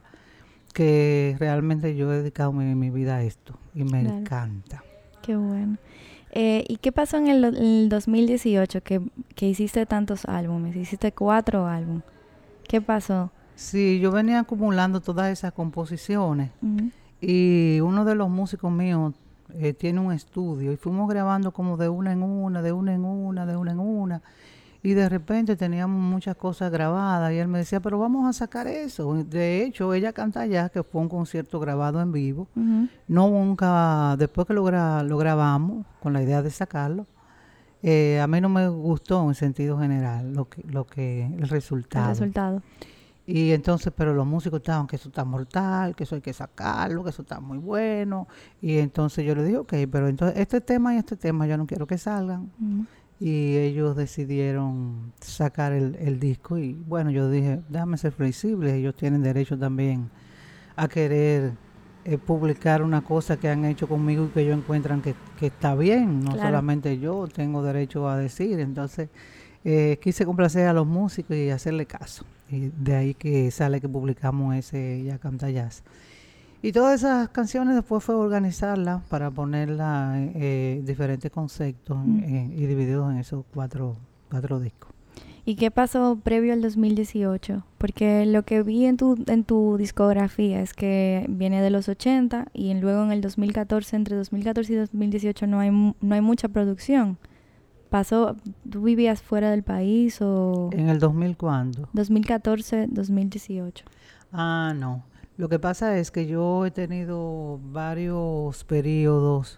que realmente yo he dedicado mi, mi vida a esto y me Claro. encanta. Qué bueno. Eh, ¿y qué pasó en el, do- en el dos mil dieciocho que, que hiciste tantos álbumes? Hiciste cuatro álbumes. ¿Qué pasó? Sí, yo venía acumulando todas esas composiciones Ujú. y uno de los músicos míos eh, tiene un estudio y fuimos grabando como de una en una, de una en una, de una en una. Y de repente teníamos muchas cosas grabadas y él me decía, pero vamos a sacar eso. De hecho, ella canta ya, que fue un concierto grabado en vivo. Ujú. No nunca, después que lo, gra- lo grabamos, con la idea de sacarlo, eh, a mí no me gustó en sentido general lo que, lo que, el El resultado. resultado. Y entonces, pero los músicos estaban que eso está mortal, que eso hay que sacarlo, que eso está muy bueno. Y entonces yo le dije, ok, pero entonces este tema y este tema yo no quiero que salgan. Ujú. Y ellos decidieron sacar el, el disco y bueno, yo dije, déjame ser flexible, ellos tienen derecho también a querer eh, publicar una cosa que han hecho conmigo y que ellos encuentran que, que está bien, no Claro. solamente yo tengo derecho a decir, entonces eh, quise complacer a los músicos y hacerle caso. Y de ahí que sale que publicamos ese Ya Canta Jazz. Y todas esas canciones después fue organizarlas para ponerlas en eh, diferentes conceptos Mm. eh, y divididos en esos cuatro, cuatro discos. ¿Y qué pasó previo al dos mil dieciocho? Porque lo que vi en tu, en tu discografía es que viene de los ochenta y en- luego en el dos mil catorce, entre dos mil catorce y dos mil dieciocho no hay, mu- no hay mucha producción. ¿Pasó, tú vivías fuera del país o ¿En el dos mil cuándo? dos mil catorce, dos mil dieciocho? Ah, no. Lo que pasa es que yo he tenido varios periodos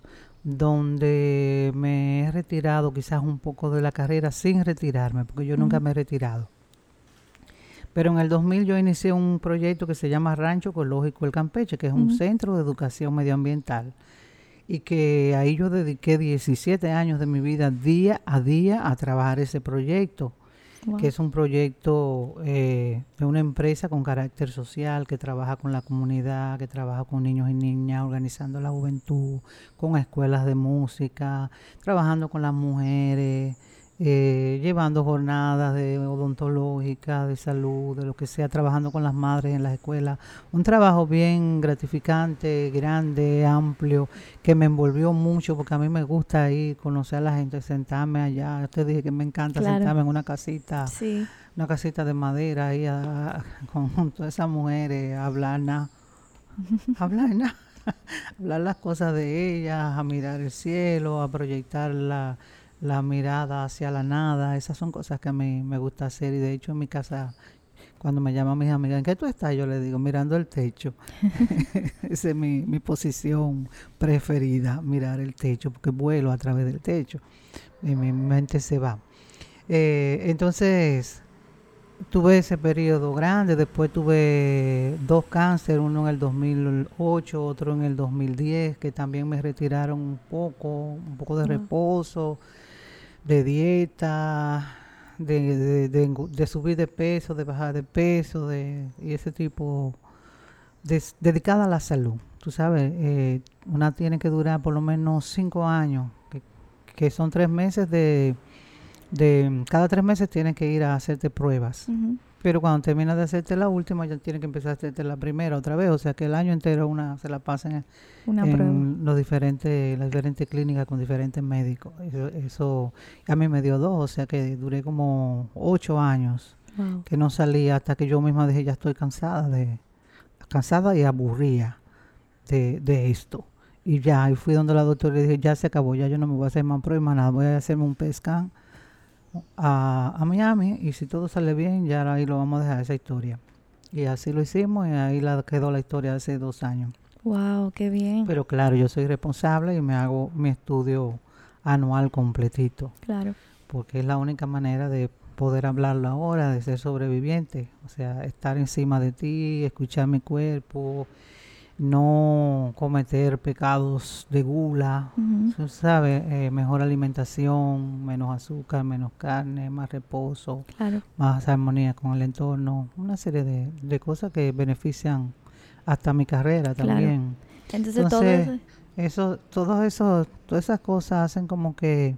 donde me he retirado quizás un poco de la carrera sin retirarme, porque yo nunca Ujú. me he retirado. Pero en el dos mil yo inicié un proyecto que se llama Rancho Ecológico El Campeche, que es un Ujú. centro de educación medioambiental. y que ahí yo dediqué diecisiete años de mi vida día a día a trabajar ese proyecto, Wow. que es un proyecto eh, de una empresa con carácter social que trabaja con la comunidad, que trabaja con niños y niñas, organizando la juventud, con escuelas de música, trabajando con las mujeres, eh, llevando jornadas de odontológicas, de salud, de lo que sea, trabajando con las madres en las escuelas. Un trabajo bien gratificante, grande, amplio, que me envolvió mucho porque a mí me gusta ir, conocer a la gente, sentarme allá. Yo te dije que me encanta Claro. sentarme en una casita, Sí. una casita de madera ahí a- a- con junto a esas mujeres, a hablar nada, hablar nada, hablar las cosas de ellas, a mirar el cielo, a proyectar la, la mirada hacia la nada. Esas son cosas que a mí me gusta hacer y de hecho en mi casa cuando me llaman mis amigas, ¿en qué tú estás? Yo le digo, mirando el techo. Esa es mi, mi posición preferida, mirar el techo, porque vuelo a través del techo y mi mente se va. Eh, entonces, tuve ese periodo grande, después tuve dos cánceres, uno en el dos mil ocho, otro en el dos mil diez, que también me retiraron un poco, un poco de Wow. reposo, de dieta, de, de, de, engu- de subir de peso, de bajar de peso, de, y ese tipo, de, dedicada a la salud. Tú sabes, eh, una tiene que durar por lo menos cinco años, que, que son tres meses de, de, cada tres meses tienes que ir a hacerte pruebas. Ujú. Pero cuando terminas de hacerte la última, ya tienes que empezar a hacerte la primera otra vez. O sea que el año entero una se la pasa en, Una prueba. en los diferentes, las diferentes clínicas con diferentes médicos. Eso, eso a mí me dio dos, o sea que duré como ocho años Wow. que no salía hasta que yo misma dije, ya estoy cansada de, cansada y aburrida de, de esto. Y ya, ahí fui donde la doctora y dije, ya se acabó, ya yo no me voy a hacer más pruebas, nada, voy a hacerme un P E T scan a, a Miami y si todo sale bien, ya ahí lo vamos a dejar esa historia. Y así lo hicimos y ahí la, quedó la historia de hace dos años. Wow, qué bien. Pero claro, yo soy responsable y me hago mi estudio anual completito, Claro. porque es la única manera de poder hablarlo ahora, de ser sobreviviente, o sea, estar encima de ti, escuchar mi cuerpo, no cometer pecados de gula, Ujú. tú sabes, eh, mejor alimentación, menos azúcar, menos carne, más reposo, Claro. más armonía con el entorno, una serie de, de cosas que benefician hasta mi carrera Claro. también. Entonces todo Entonces, eso. eso, todo eso, todas esas cosas hacen como que,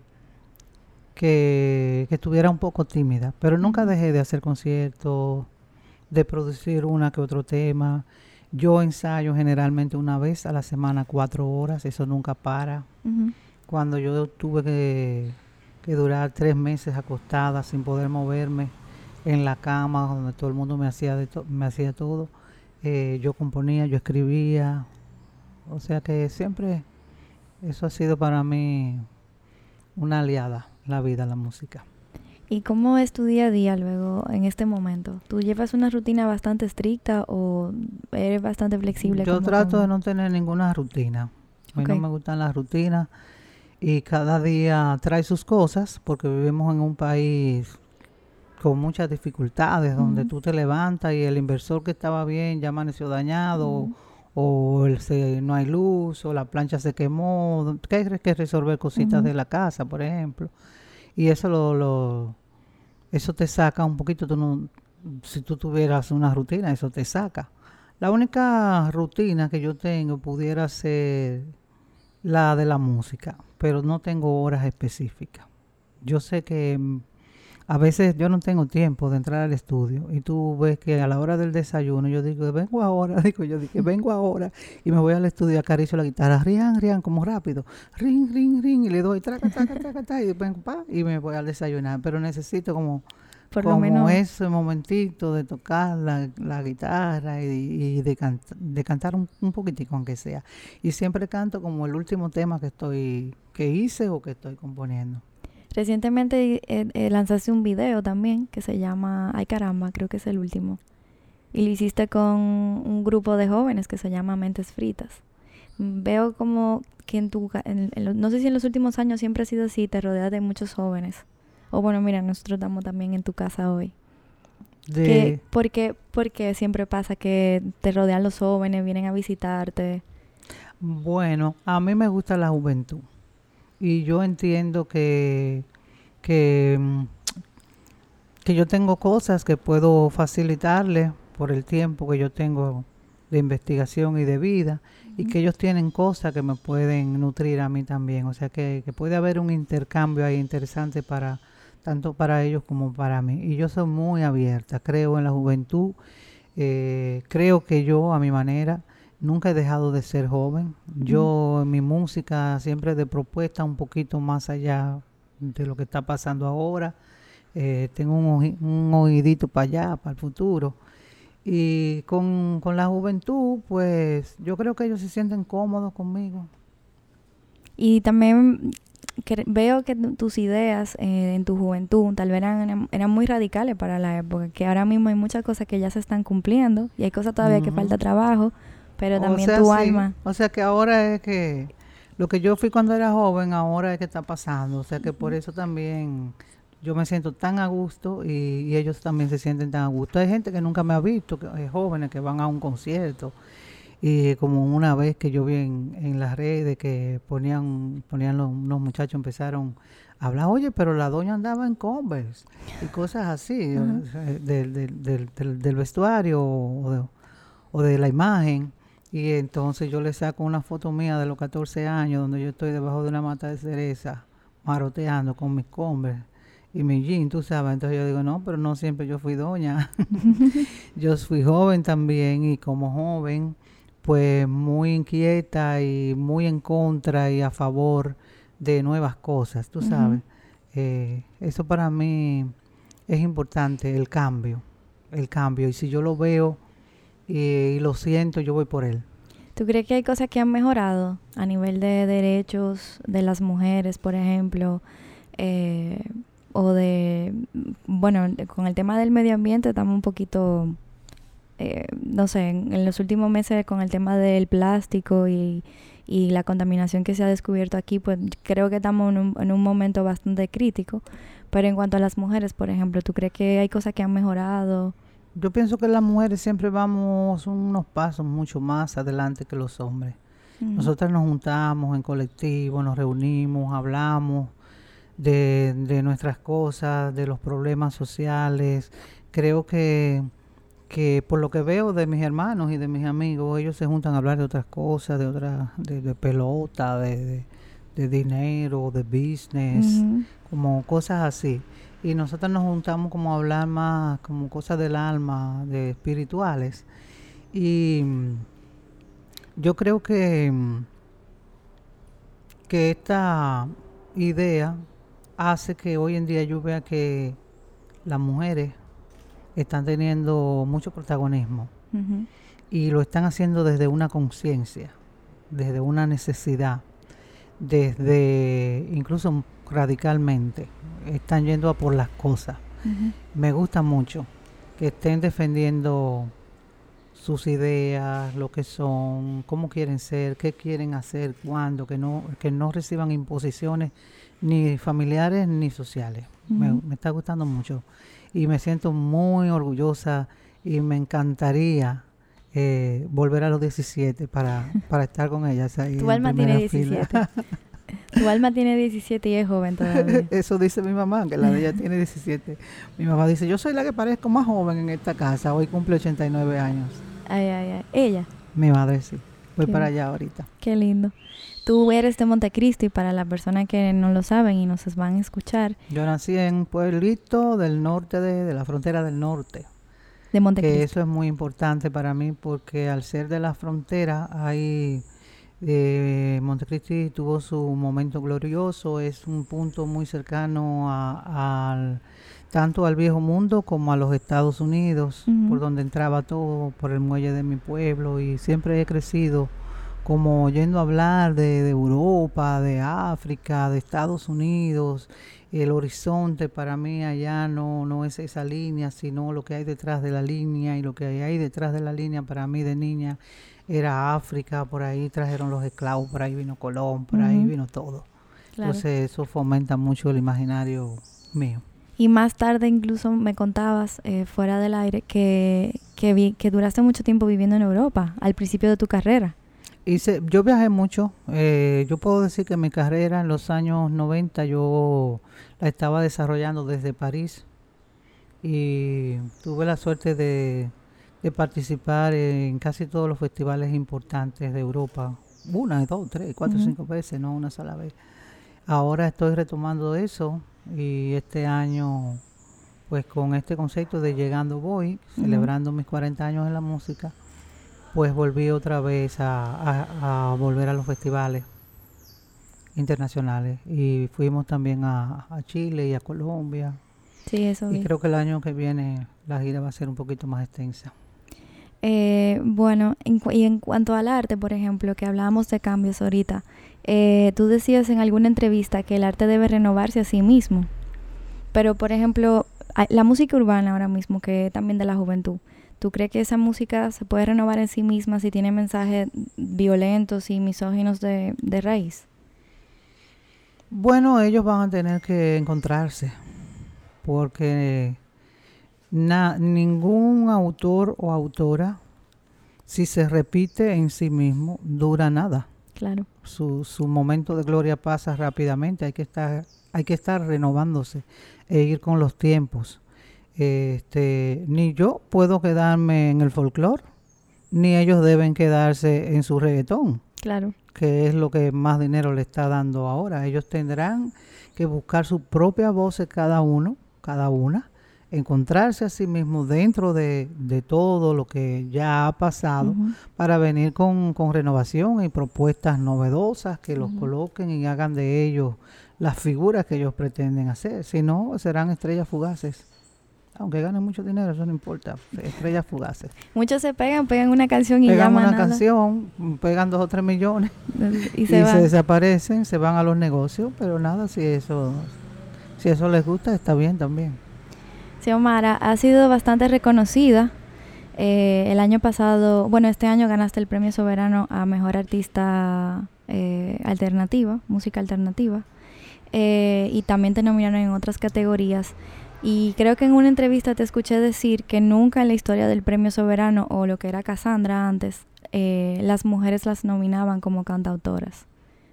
que, que estuviera un poco tímida, pero nunca Ujú. dejé de hacer conciertos, de producir una que otro tema. Yo ensayo generalmente una vez a la semana, cuatro horas, eso nunca para. Ujú. Cuando yo tuve que, que durar tres meses acostada sin poder moverme en la cama, donde todo el mundo me hacía, de to- me hacía todo, eh, yo componía, yo escribía, o sea que siempre eso ha sido para mí una aliada, la vida, la música. ¿Y cómo es tu día a día luego en este momento? ¿Tú llevas una rutina bastante estricta o eres bastante flexible? Yo como trato de con... no tener ninguna rutina. A mí no Ok. me gustan las rutinas y cada día trae sus cosas porque vivimos en un país con muchas dificultades donde Ujú. tú te levantas y el inversor que estaba bien ya amaneció dañado Ujú. o el se- no hay luz o la plancha se quemó, que hay que resolver cositas Ujú. de la casa, por ejemplo. Y eso lo, lo eso te saca un poquito, tú no, si tú tuvieras una rutina, eso te saca. La única rutina que yo tengo pudiera ser la de la música, pero no tengo horas específicas. Yo sé que mm, a veces yo no tengo tiempo de entrar al estudio y tú ves que a la hora del desayuno yo digo, vengo ahora, digo yo, digo, vengo ahora y me voy al estudio y acaricio la guitarra, rian, rian, como rápido, ring, ring, ring, y le doy traca, traca, traca, traca, y vengo, pa, y me voy al desayunar, pero necesito como Por lo como menos, ese momentito de tocar la, la guitarra y, y de, can- de cantar un, un poquitico aunque sea. Y siempre canto como el último tema que estoy que hice o que estoy componiendo. recientemente eh, eh, lanzaste un video también que se llama Ay Caramba, creo que es el último. Y lo hiciste con un grupo de jóvenes que se llama Mentes Fritas. Mm, Veo como que en tu... ca- en- en lo- no sé si en los últimos años siempre ha sido así, te rodeas de muchos jóvenes. O bueno, mira, nosotros estamos también en tu casa hoy. Que, De, porque, porque siempre pasa que te rodean los jóvenes, vienen a visitarte. Bueno, a mí me gusta la juventud y yo entiendo que, que, mm, que yo tengo cosas que puedo facilitarles por el tiempo que yo tengo de investigación y de vida y Ujú. que ellos tienen cosas que me pueden nutrir a mí también. O sea que, que puede haber un intercambio ahí interesante para tanto para ellos como para mí. Y yo soy muy abierta, creo en la juventud, eh, creo que yo a mi manera nunca he dejado de ser joven. Mm. Yo en mi música siempre de propuesta un poquito más allá de lo que está pasando ahora. Eh, tengo un, oji- un oídito para allá, para el futuro. Y con, con la juventud, pues yo creo que ellos se sienten cómodos conmigo. Y también cre- veo que tu- tus ideas eh, en tu juventud tal vez eran, eran muy radicales para la época, que ahora mismo hay muchas cosas que ya se están cumpliendo y hay cosas todavía que falta Ujú. trabajo, pero O también sea, tu sí. alma. O sea que ahora es que lo que yo fui cuando era joven, ahora es que está pasando. O sea que por Ujú. eso también yo me siento tan a gusto y, y ellos también se sienten tan a gusto. Hay gente que nunca me ha visto, que, eh, jóvenes que van a un concierto. Y como una vez que yo vi en, en las redes que ponían, ponían los, unos muchachos empezaron a hablar, oye, pero la doña andaba en Converse y cosas así, Ajá. o sea, del, del, del, del- del vestuario o de, o de la imagen. Y entonces yo le saco una foto mía de los catorce años donde yo estoy debajo de una mata de cereza maroteando con mis Converse y mi jean, tú sabes. Entonces yo digo, no, pero no siempre yo fui doña. Yo fui joven también y como joven, pues muy inquieta y muy en contra y a favor de nuevas cosas, tú Ujú. sabes. Eh, eso para mí es importante, el cambio, el cambio. Y si yo lo veo y, y lo siento, yo voy por él. ¿Tú crees que hay cosas que han mejorado a nivel de derechos de las mujeres, por ejemplo? Eh, o de, bueno, con el tema del medio ambiente estamos un poquito, eh, no sé, en, en los últimos meses con el tema del plástico y, y la contaminación que se ha descubierto aquí, pues creo que estamos en un, en un momento bastante crítico. Pero en cuanto a las mujeres, por ejemplo, ¿tú crees que hay cosas que han mejorado? Yo pienso que las mujeres siempre vamos unos pasos mucho más adelante que los hombres. Ujú. Nosotras nos juntamos en colectivo, nos reunimos, hablamos de, de nuestras cosas, de los problemas sociales. Creo que, que por lo que veo de mis hermanos y de mis amigos, ellos se juntan a hablar de otras cosas, de otras, de, de pelota, de, de, de dinero, de business, Ujú. como cosas así. Y nosotros nos juntamos como a hablar más como cosas del alma, de espirituales. Y mm, yo creo que, mm, que esta idea hace que hoy en día yo vea que las mujeres están teniendo mucho protagonismo Ujú. y lo están haciendo desde una conciencia, desde una necesidad, desde incluso radicalmente. Están yendo a por las cosas. Ujú. Me gusta mucho que estén defendiendo sus ideas, lo que son, cómo quieren ser, qué quieren hacer, cuándo, que no, que no reciban imposiciones ni familiares ni sociales. Me, Ujú. me está gustando mucho y me siento muy orgullosa y me encantaría eh, volver a los diecisiete para, para estar con ellas ahí Tu en alma tiene primera fila. diecisiete. Tu alma tiene diecisiete y es joven todavía. Eso dice mi mamá, que la de ella tiene diecisiete. Mi mamá dice, yo soy la que parezco más joven en esta casa, hoy cumple ochenta y nueve años. Ay, ay, ay. Ella. Mi madre sí. Voy para Qué, allá ahorita. qué lindo. Tú eres de Montecristi, para las personas que no lo saben y nos van a escuchar, Yo nací en un pueblito del norte, de, de la frontera del norte. de Que Montecristi. eso es muy importante para mí porque al ser de la frontera, ahí eh, Montecristi tuvo su momento glorioso. Es un punto muy cercano a, al, tanto al viejo mundo como a los Estados Unidos, por Ujú. donde entraba todo, por el muelle de mi pueblo. Y siempre he crecido como oyendo hablar de, de Europa, de África, de Estados Unidos. El horizonte para mí allá no, no es esa línea, sino lo que hay detrás de la línea, y lo que hay detrás de la línea para mí de niña era África. Por ahí trajeron los esclavos, por ahí vino Colón, por ahí Ujú. vino todo. Claro. Entonces eso fomenta mucho el imaginario mío. Y más tarde incluso me contabas, eh, fuera del aire, que, que, vi, que duraste mucho tiempo viviendo en Europa, al principio de tu carrera. Hice, yo viajé mucho. Eh, yo puedo decir que mi carrera en los años noventa yo la estaba desarrollando desde París y tuve la suerte de, de participar en casi todos los festivales importantes de Europa. Una, dos, tres, cuatro, Ujú. cinco veces, no una sola vez. Ahora estoy retomando eso y este año, pues con este concepto de Llegando Voy, Ujú. celebrando mis cuarenta años en la música, pues volví otra vez a, a- a volver a los festivales internacionales y fuimos también a, a Chile y a Colombia Sí, eso y vi. creo que el año que viene la gira va a ser un poquito más extensa. Eh, bueno, en cu- y en cuanto al arte, por ejemplo, que hablábamos de cambios ahorita, eh, tú decías en alguna entrevista que el arte debe renovarse a sí mismo. Pero, por ejemplo, a- la música urbana ahora mismo, que es también de la juventud, ¿tú crees que esa música se puede renovar en sí misma si tiene mensajes violentos y misóginos de, de raíz? Bueno, ellos van a tener que encontrarse porque na- ningún autor o autora, si se repite en sí mismo, dura nada. Claro. Su, su momento de gloria pasa rápidamente, hay que estar, hay que estar renovándose e ir con los tiempos. Este, ni yo puedo quedarme en el folclore, ni ellos deben quedarse en su reggaetón, Claro. que es lo que más dinero le está dando ahora. Ellos tendrán que buscar su propia voz cada uno, cada una, encontrarse a sí mismos dentro de, de todo lo que ya ha pasado Ujú. para venir con, con renovación y propuestas novedosas que los Ujú. coloquen y hagan de ellos las figuras que ellos pretenden hacer. Si no, serán estrellas fugaces. Aunque ganen mucho dinero, eso no importa. Estrellas fugaces. Muchos se pegan, pegan una canción y Pegan llaman una nada canción, pegan dos o tres millones y se y se van. desaparecen, se van a los negocios, pero nada, si eso, si eso les gusta, está bien también. Xiomara, ha sido bastante reconocida. Eh, el año pasado, bueno, este año ganaste el Premio Soberano a Mejor Artista eh, Alternativa, Música Alternativa. Eh, y también te nominaron en otras categorías. Y creo que en una entrevista te escuché decir que nunca en la historia del Premio Soberano, o lo que era Cassandra antes, eh, las mujeres las nominaban como cantautoras.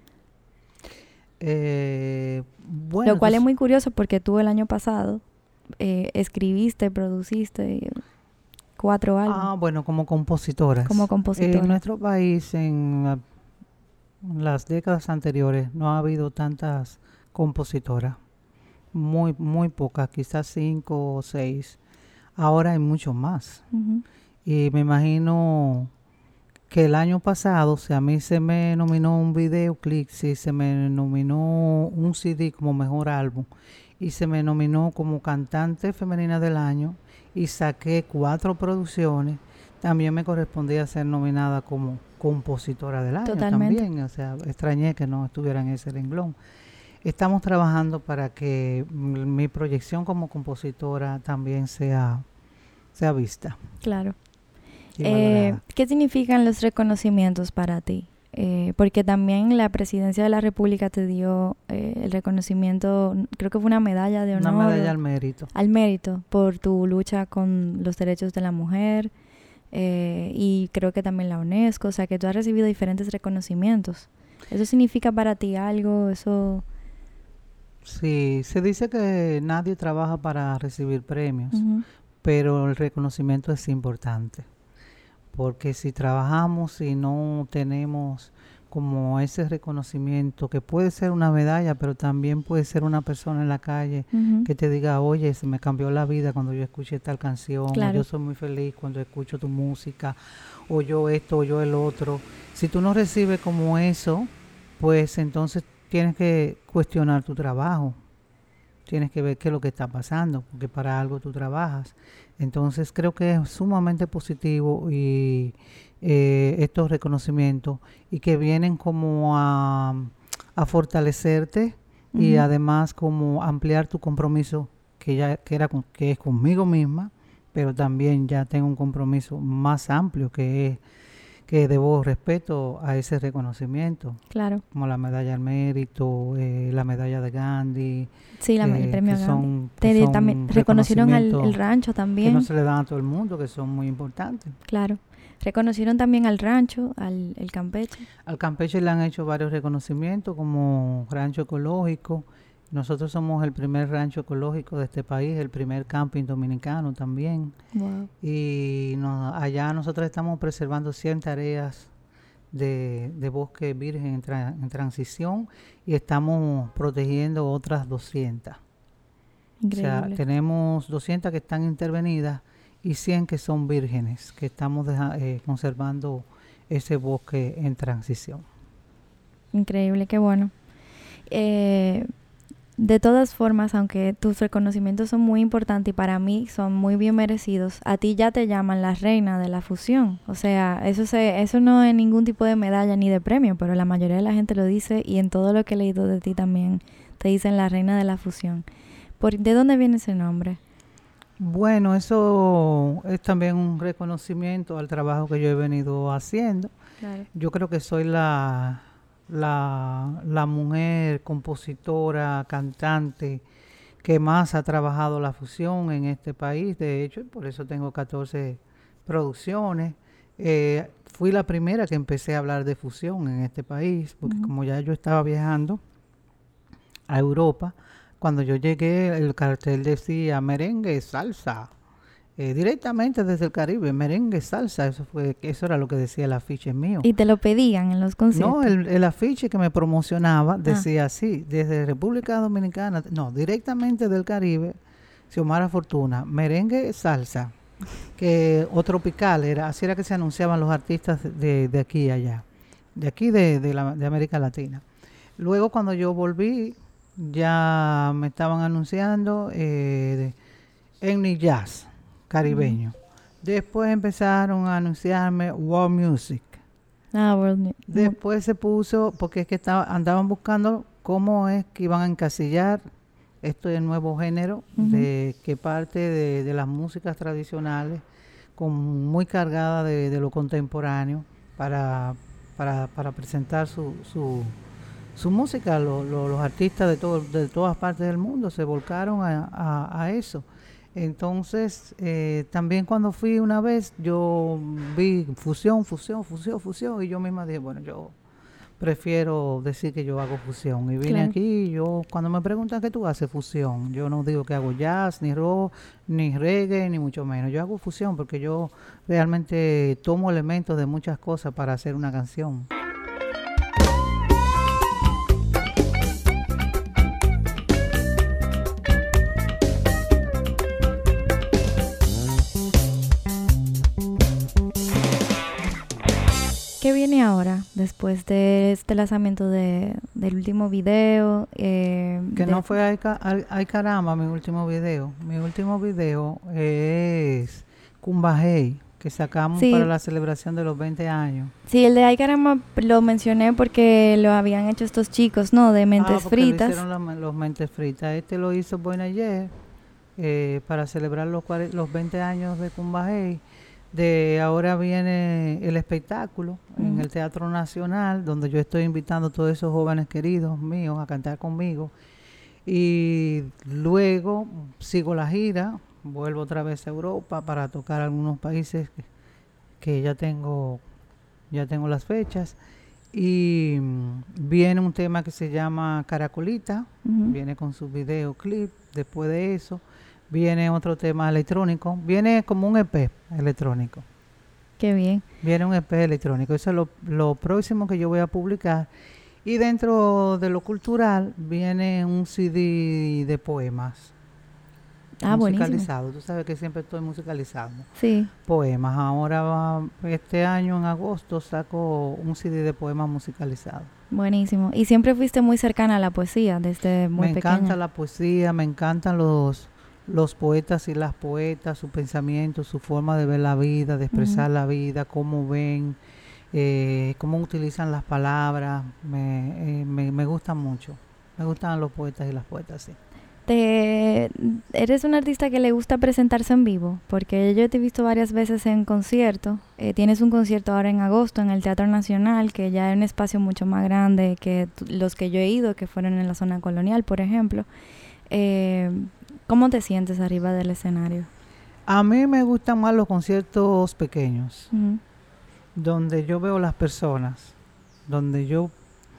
Eh, bueno, Lo cual es entonces, muy curioso porque tú el año pasado eh, escribiste, produciste cuatro álbumes ah, bueno, como como compositoras. En compositora. nuestro país, en la- las décadas anteriores, no ha habido tantas compositoras. Muy, muy pocas, quizás cinco o seis. Ahora hay mucho más. Ujú. Y me imagino que el año pasado, si a mí se me nominó un videoclip, si se me nominó un C D como mejor álbum y se me nominó como cantante femenina del año y saqué cuatro producciones, también me correspondía ser nominada como compositora del año Totalmente. también. O sea, extrañé que no estuviera en ese renglón. Estamos trabajando para que mm, mi proyección como compositora también sea, sea vista Claro. y Eh, valorada. ¿Qué significan los reconocimientos para ti? Eh, porque también la presidencia de la República te dio eh, el reconocimiento, creo que fue una medalla de Una honor medalla o- al mérito. al mérito por tu lucha con los derechos de la mujer, eh, y creo que también la UNESCO, o sea que tú has recibido diferentes reconocimientos. ¿Eso significa para ti algo? Eso... Sí, se dice que nadie trabaja para recibir premios, Ujú. pero el reconocimiento es importante, porque si trabajamos y no tenemos como ese reconocimiento, que puede ser una medalla, pero también puede ser una persona en la calle Ujú. que te diga, oye, se me cambió la vida cuando yo escuché tal canción, o yo Claro. soy muy feliz cuando escucho tu música, o yo esto, o yo el otro. Si tú no recibes como eso, pues entonces tienes que cuestionar tu trabajo, tienes que ver qué es lo que está pasando, porque para algo tú trabajas. Entonces creo que es sumamente positivo y eh, estos reconocimientos y que vienen como a, a fortalecerte y Ujú. además como ampliar tu compromiso que ya que era con- que es conmigo misma, pero también ya tengo un compromiso más amplio que es que debo respeto a ese reconocimiento, Claro. como la medalla al mérito, eh, la medalla de Gandhi, Sí, la- el eh, premio que Gandhi. son que Te, también son reconocieron el, el reconocimientos rancho que no también. se le dan a todo el mundo, que son muy importantes. Claro. Reconocieron también al rancho, al el Campeche. Al Campeche le han hecho varios reconocimientos como rancho ecológico. Nosotros somos el primer rancho ecológico de este país, el primer camping dominicano también. Wow. Y no, allá nosotros estamos preservando cien tareas de, de bosque virgen en, tra, en transición y estamos protegiendo otras doscientas. Increíble. O sea, tenemos doscientas que están intervenidas y cien que son vírgenes, que estamos deja, eh, conservando ese bosque en transición. Increíble, qué bueno. Eh, de todas formas, aunque tus reconocimientos son muy importantes y para mí son muy bien merecidos, a ti ya te llaman la reina de la fusión. O sea, eso se, eso no es ningún tipo de medalla ni de premio, pero la mayoría de la gente lo dice y en todo lo que he leído de ti también te dicen la reina de la fusión. ¿Por, ¿De dónde viene ese nombre? Bueno, eso es también un reconocimiento al trabajo que yo he venido haciendo. Claro. Yo creo que soy la, la, la mujer compositora, cantante que más ha trabajado la fusión en este país. De hecho, por eso tengo catorce producciones. Eh, fui la primera que empecé a hablar de fusión en este país, porque uh-huh. como ya yo estaba viajando a Europa, cuando yo llegué, el cartel decía merengue, salsa, eh, directamente desde el Caribe, merengue, salsa, eso fue, eso era lo que decía el afiche mío. ¿Y te lo pedían en los conciertos? No, el, el afiche que me promocionaba decía ah. así, desde República Dominicana, no, directamente del Caribe, Xiomara Fortuna, merengue, salsa, que, o tropical, era, así era que se anunciaban los artistas de, de aquí y allá, de aquí de, de, la, de América Latina. Luego cuando yo volví, ya me estaban anunciando eh, Etnic Jazz caribeño. Uh-huh. Después empezaron a anunciarme World Music. Ah, World Music. Después se puso, porque es que estaba, andaban buscando cómo es que iban a encasillar esto de nuevo género, uh-huh. de que parte de, de las músicas tradicionales, con muy cargada de, de lo contemporáneo, para, para, para presentar su... su Su música, lo, lo, los artistas de, todo, de todas partes del mundo se volcaron a, a, a eso. Entonces, eh, también cuando fui una vez, yo vi fusión, fusión, fusión, fusión, y yo misma dije, bueno, yo prefiero decir que yo hago fusión. Y vine claro. aquí, yo cuando me preguntan qué tú haces, fusión. Yo no digo que hago jazz, ni rock, ni reggae, ni mucho menos. Yo hago fusión porque yo realmente tomo elementos de muchas cosas para hacer una canción. ¿Qué viene ahora, después de este lanzamiento de, del último video? Eh, que de... no fue ay, ay, ay caramba mi último video. Mi último video es Cumbajey, que sacamos sí. para la celebración de los veinte años. Sí, el de ay caramba lo mencioné porque lo habían hecho estos chicos, ¿no? De Mentes ah, Fritas. Lo hicieron los, los Mentes Fritas. Este lo hizo Boinayer eh, para celebrar los, los veinte años de Cumbajey. De ahora viene el espectáculo uh-huh. en el Teatro Nacional, donde yo estoy invitando a todos esos jóvenes queridos míos a cantar conmigo. Y luego sigo la gira, vuelvo otra vez a Europa para tocar algunos países que, que ya tengo, ya tengo las fechas. Y um, viene un tema que se llama Caracolita, uh-huh. viene con su videoclip. Después de eso viene otro tema electrónico, viene como un E P electrónico. Qué bien. Viene un E P electrónico, eso es lo, lo próximo que yo voy a publicar. Y dentro de lo cultural viene un C D de poemas. Ah, musicalizado. Buenísimo. Tú sabes que siempre estoy musicalizando. Sí. Poemas. Ahora va, este año en agosto saco un C D de poemas musicalizados. Buenísimo. Y siempre fuiste muy cercana a la poesía desde muy pequeña. Me encanta la poesía, me encantan los los poetas y las poetas, su pensamiento, su forma de ver la vida, de expresar uh-huh. la vida, cómo ven, eh, cómo utilizan las palabras, me, eh, me, me gustan mucho, me gustan los poetas y las poetas, sí. Te, ¿Eres un artista que le gusta presentarse en vivo? Porque yo te he visto varias veces en concierto, eh, tienes un concierto ahora en agosto en el Teatro Nacional, que ya es un espacio mucho más grande que t- los que yo he ido, que fueron en la zona colonial, por ejemplo. Eh, ¿Cómo te sientes arriba del escenario? A mí me gustan más los conciertos pequeños. Uh-huh. donde yo veo las personas, donde yo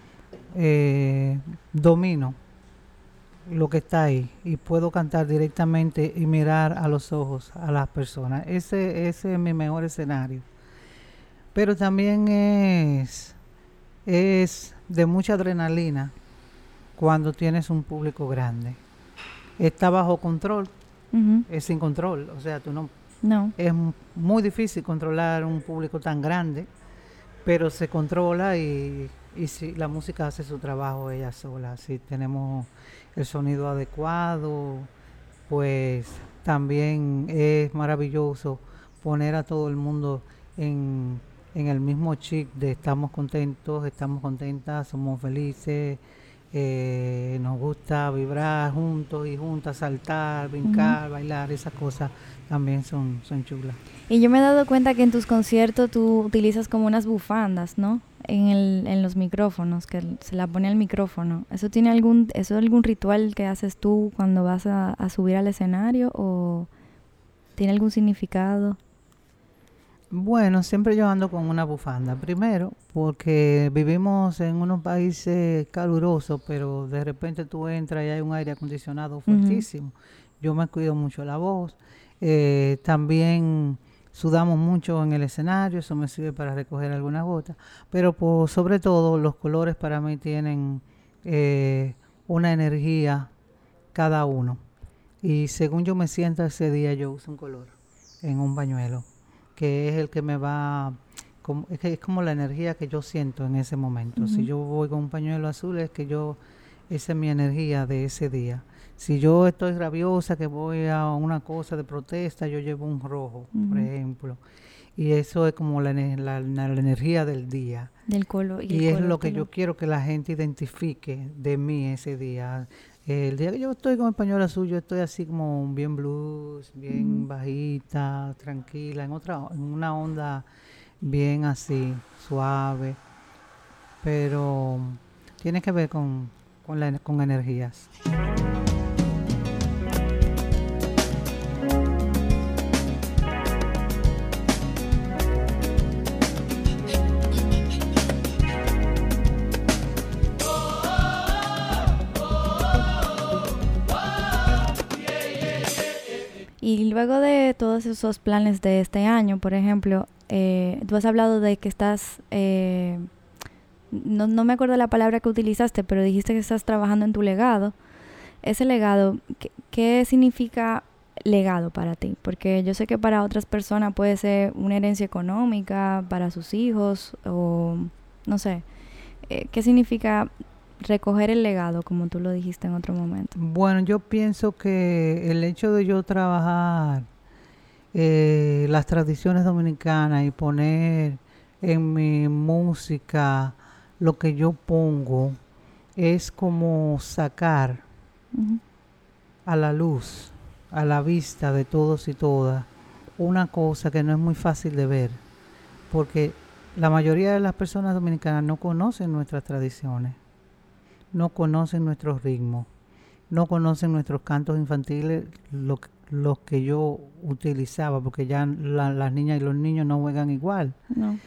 eh, domino lo que está ahí y puedo cantar directamente y mirar a los ojos a las personas. Ese, ese es mi mejor escenario. Pero también es, es de mucha adrenalina cuando tienes un público grande. Está bajo control, Ujú. es sin control. O sea, tú no, No. es m- muy difícil controlar un público tan grande, pero se controla y, y si la música hace su trabajo ella sola. Si tenemos el sonido adecuado, pues también es maravilloso poner a todo el mundo en, en el mismo chip de estamos contentos, estamos contentas, somos felices, eh, nos gusta vibrar juntos y juntas, saltar, Ujú. brincar, bailar, esas cosas también son, son chulas. Y yo me he dado cuenta que en tus conciertos tú utilizas como unas bufandas, ¿no? En el, en los micrófonos, que l- se la pone al micrófono. ¿Eso tiene algún, eso es algún ritual que haces tú cuando vas a, a subir al escenario o tiene algún significado? Bueno, siempre yo ando con una bufanda. Primero, porque vivimos en unos países calurosos, pero de repente tú entras y hay un aire acondicionado Ujú. fuertísimo. Yo me cuido mucho la voz. Eh, también sudamos mucho en el escenario, eso me sirve para recoger algunas gotas. Pero por sobre todo, los colores para mí tienen eh, una energía cada uno. Y según yo me sienta ese día, yo uso un color en un pañuelo, que es el que me va, como, es, que es como la energía que yo siento en ese momento. Si Ujú. yo voy con un pañuelo azul, es que yo, esa es mi energía de ese día. Si yo estoy rabiosa, que voy a una cosa de protesta, yo llevo un rojo, por Ujú. ejemplo. Y eso es como la, ene- la- la- la energía del día. Del color y el Y es color lo te que yo lo... quiero que la gente identifique de mí ese día. El día que yo estoy con el pañuelo azul, yo estoy así como bien blues, Ujú. bien bajita, tranquila, en otra, en una onda bien así, suave, pero tiene que ver con, con, la, con energías. Y luego de todos esos planes de este año, por ejemplo, eh, tú has hablado de que estás, eh, no, no me acuerdo la palabra que utilizaste, pero dijiste que estás trabajando en tu legado. Ese legado, ¿qué, qué significa legado para ti? Porque yo sé que para otras personas puede ser una herencia económica, para sus hijos, o no sé. Eh, ¿qué significa recoger el legado, como tú lo dijiste en otro momento? Bueno, yo pienso que el hecho de yo trabajar eh, las tradiciones dominicanas y poner en mi música lo que yo pongo es como sacar Ujú. a la luz, a la vista de todos y todas, una cosa que no es muy fácil de ver, porque la mayoría de las personas dominicanas no conocen nuestras tradiciones, no conocen nuestros ritmos, no conocen nuestros cantos infantiles, lo que- los que yo utilizaba, porque ya la- las niñas y los niños no juegan igual. No.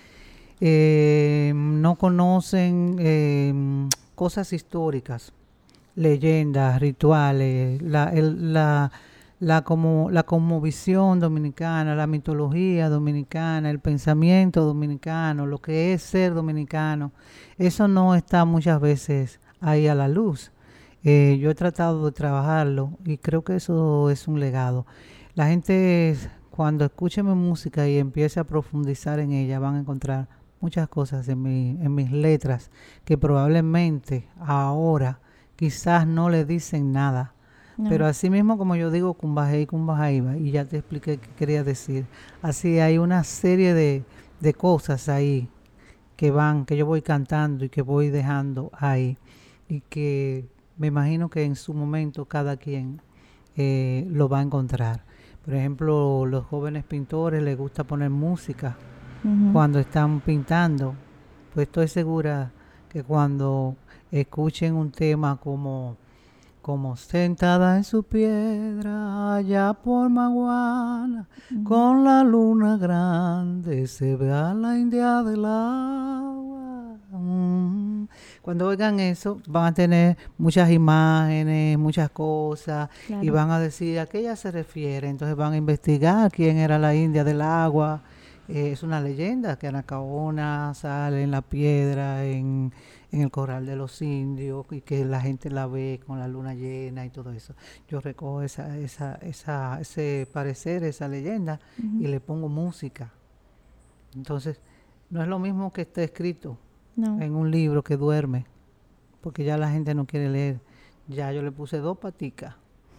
Eh, no conocen eh, cosas históricas, leyendas, rituales, la, el- la, la, como, la cosmovisión dominicana, la mitología dominicana, el pensamiento dominicano, lo que es ser dominicano. Eso no está muchas veces ahí a la luz. Eh, yo he tratado de trabajarlo y creo que eso es un legado. La gente cuando escuche mi música y empiece a profundizar en ella van a encontrar muchas cosas en, mi, en mis letras que probablemente ahora quizás no le dicen nada. Pero No. así mismo como yo digo Cumbajé y Cumbajaiba, y ya te expliqué qué quería decir, así hay una serie de, de cosas ahí que van, que yo voy cantando y que voy dejando ahí, y que me imagino que en su momento cada quien eh, lo va a encontrar. Por ejemplo, los jóvenes pintores les gusta poner música Ujú. cuando están pintando, pues estoy segura que cuando escuchen un tema como Como sentada en su piedra allá por Maguana, uh-huh. con la luna grande se ve a la India del agua. Mm. Cuando oigan eso, van a tener muchas imágenes, muchas cosas, claro. y van a decir a qué ella se refiere. Entonces van a investigar quién era la India del agua. Eh, es una leyenda que Anacaona sale en la piedra, en, en el corral de los indios, y que la gente la ve con la luna llena y todo eso. Yo recojo esa, esa, esa, ese parecer, esa leyenda, uh-huh. y le pongo música. Entonces, no es lo mismo que esté escrito no. en un libro que duerme, porque ya la gente no quiere leer. Ya yo le puse dos paticas,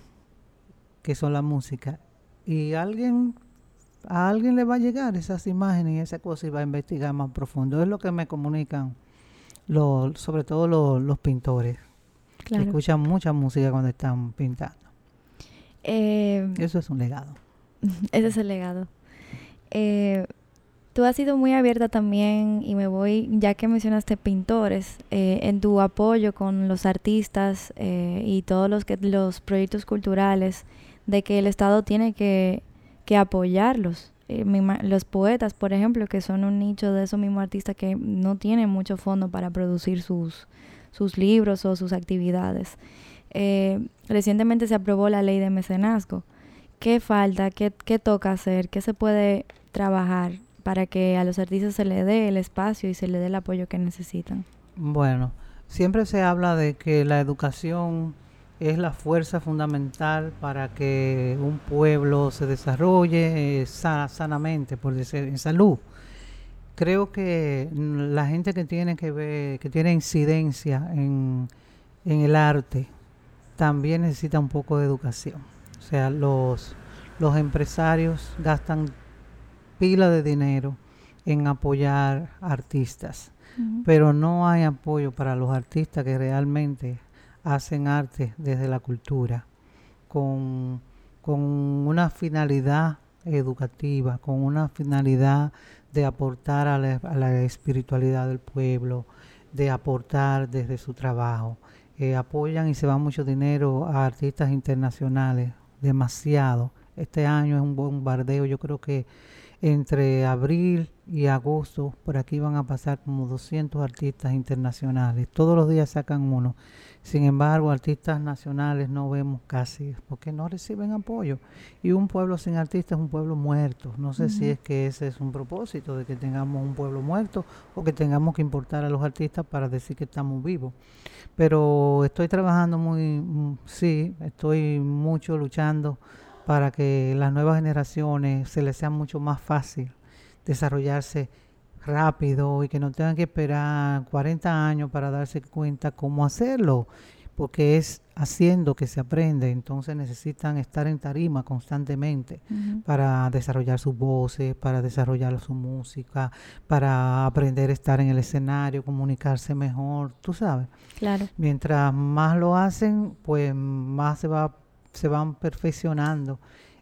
que son la música, y alguien... a alguien le va a llegar esas imágenes y esa cosa y va a investigar más profundo. Es lo que me comunican, lo, sobre todo lo, los pintores, claro. que escuchan mucha música cuando están pintando. Eh, Eso es un legado. Ese es el legado. Eh, tú has sido muy abierta también, y me voy, ya que mencionaste pintores, eh, en tu apoyo con los artistas eh, y todos los, que, los proyectos culturales, de que el Estado tiene que... que apoyarlos. Eh, mi, los poetas, por ejemplo, que son un nicho de esos mismos artistas que no tienen mucho fondo para producir sus, sus libros o sus actividades. Eh, recientemente se aprobó la ley de mecenazgo. ¿Qué falta? ¿Qué, qué toca hacer? ¿Qué se puede trabajar para que a los artistas se les dé el espacio y se les dé el apoyo que necesitan? Bueno, siempre se habla de que la educación es la fuerza fundamental para que un pueblo se desarrolle eh, sa- sanamente, por decir, en salud. Creo que la gente que tiene que ver, que tiene incidencia en, en el arte, también necesita un poco de educación. O sea, los, los empresarios gastan pila de dinero en apoyar artistas, uh-huh. pero no hay apoyo para los artistas que realmente hacen arte desde la cultura, con, con una finalidad educativa, con una finalidad de aportar a la, a la espiritualidad del pueblo, de aportar desde su trabajo. Eh, apoyan y se va mucho dinero a artistas internacionales, demasiado. Este año es un bombardeo, yo creo que entre abril y agosto por aquí van a pasar como doscientos artistas internacionales. Todos los días sacan uno. Sin embargo, artistas nacionales no vemos casi porque no reciben apoyo. Y un pueblo sin artistas es un pueblo muerto. No sé uh-huh. si es que ese es un propósito de que tengamos un pueblo muerto o que tengamos que importar a los artistas para decir que estamos vivos. Pero estoy trabajando muy, sí, estoy mucho luchando para que las nuevas generaciones se les sea mucho más fácil desarrollarse rápido y que no tengan que esperar cuarenta años para darse cuenta cómo hacerlo, porque es haciendo que se aprende. Entonces necesitan estar en tarima constantemente uh-huh. para desarrollar sus voces, para desarrollar su música, para aprender a estar en el escenario, comunicarse mejor, tú sabes. Claro. Mientras más lo hacen, pues más se va se van perfeccionando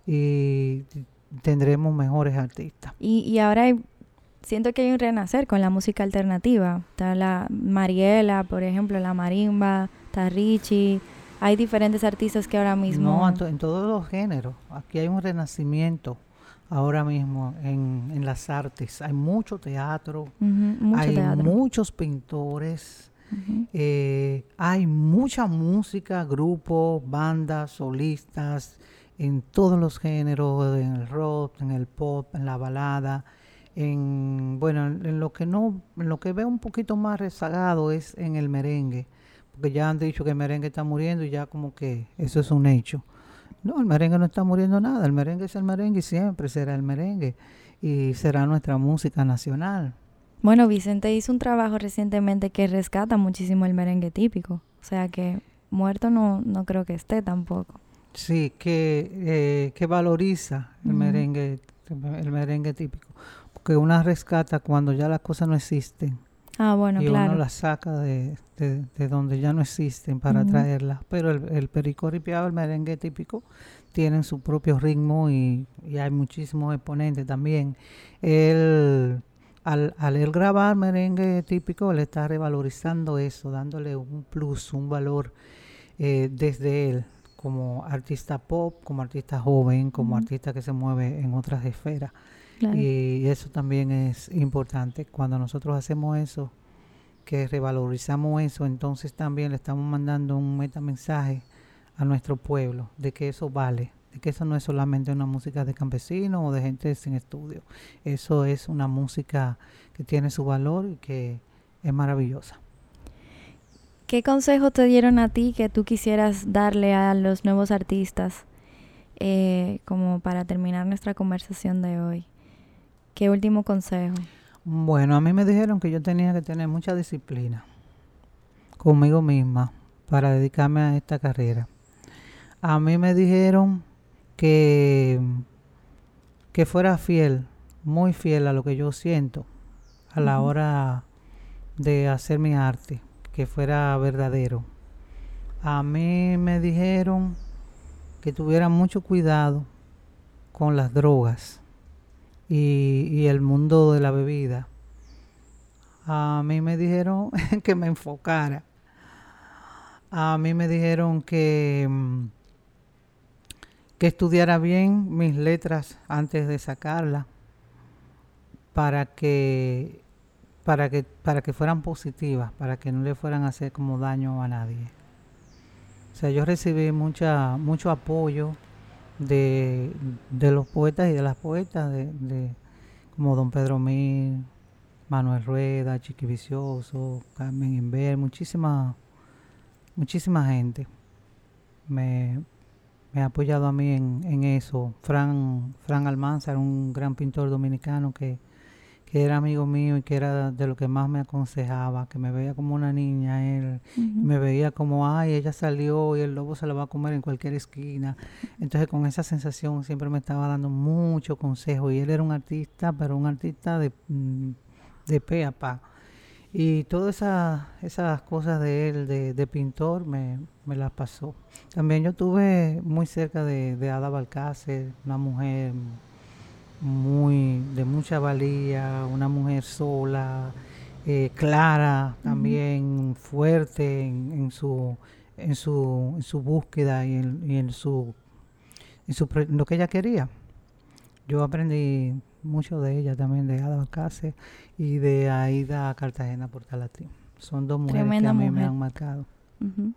y tendremos mejores artistas. Y, y ahora hay, siento que hay un renacer con la música alternativa. Está la Mariela, por ejemplo, la marimba, está Richie. Hay diferentes artistas que ahora mismo... No, en, to- en todos los géneros. Aquí hay un renacimiento ahora mismo en, en las artes. Hay mucho teatro, uh-huh, mucho hay teatro. muchos pintores. Uh-huh. Eh, hay mucha música, grupos, bandas, solistas, en todos los géneros, en el rock, en el pop, en la balada, en bueno, en, en lo que no, en lo que veo un poquito más rezagado es en el merengue, porque ya han dicho que el merengue está muriendo y ya como que eso es un hecho. No, el merengue no está muriendo nada, el merengue es el merengue y siempre será el merengue y será nuestra música nacional. Bueno, Vicente hizo un trabajo recientemente que rescata muchísimo el merengue típico. O sea que muerto no, no creo que esté tampoco. Sí, que, eh, que valoriza el, uh-huh. merengue, el merengue típico. Porque uno rescata cuando ya las cosas no existen. Ah, bueno, y claro. uno las saca de, de, de donde ya no existen para uh-huh. traerlas. Pero el, el perico ripiado, el merengue típico, tienen su propio ritmo y, y hay muchísimos exponentes también. El... Al, al él grabar merengue típico, él está revalorizando eso, dándole un plus, un valor eh, desde él, como artista pop, como artista joven, como uh-huh. artista que se mueve en otras esferas. Claro. Y eso también es importante. Cuando nosotros hacemos eso, que revalorizamos eso, entonces también le estamos mandando un metamensaje a nuestro pueblo de que eso vale, de que eso no es solamente una música de campesinos o de gente sin estudio. Eso es una música que tiene su valor y que es maravillosa. ¿Qué consejo te dieron a ti que tú quisieras darle a los nuevos artistas eh, como para terminar nuestra conversación de hoy? ¿Qué último consejo? Bueno, a mí me dijeron que yo tenía que tener mucha disciplina conmigo misma para dedicarme a esta carrera. A mí me dijeron que, que fuera fiel, muy fiel a lo que yo siento a la uh-huh. hora de hacer mi arte, que fuera verdadero. A mí me dijeron que tuviera mucho cuidado con las drogas y, y el mundo de la bebida. A mí me dijeron que me enfocara. A mí me dijeron que, que estudiara bien mis letras antes de sacarlas para que, para que, para que fueran positivas, para que no le fueran a hacer como daño a nadie. O sea, yo recibí mucha, mucho apoyo de, de los poetas y de las poetas, de, de como Don Pedro Mil, Manuel Rueda, Chiqui Vicioso, Carmen Inver, muchísima, muchísima gente me, me ha apoyado a mí en, en eso. Fran, Fran Almanzar, un gran pintor dominicano que, que era amigo mío y que era de lo que más me aconsejaba, que me veía como una niña, él uh-huh. me veía como, ay, ella salió y el lobo se la va a comer en cualquier esquina. Entonces con esa sensación siempre me estaba dando mucho consejo, y él era un artista, pero un artista de, de pe a pa. Y todas esa, esas cosas de él, de, de pintor, me, me las pasó. También yo estuve muy cerca de, de Ada Balcácer, una mujer muy de mucha valía, una mujer sola, eh, clara, también uh-huh. fuerte en, en su en su en su búsqueda y en, y en su en su en lo que ella quería. Yo aprendí mucho de ella también, de Ada Balcácer y de Aida Cartagena Portalatín. Son dos mujeres Tremenda que a mí mujer. me han marcado. Uh-huh.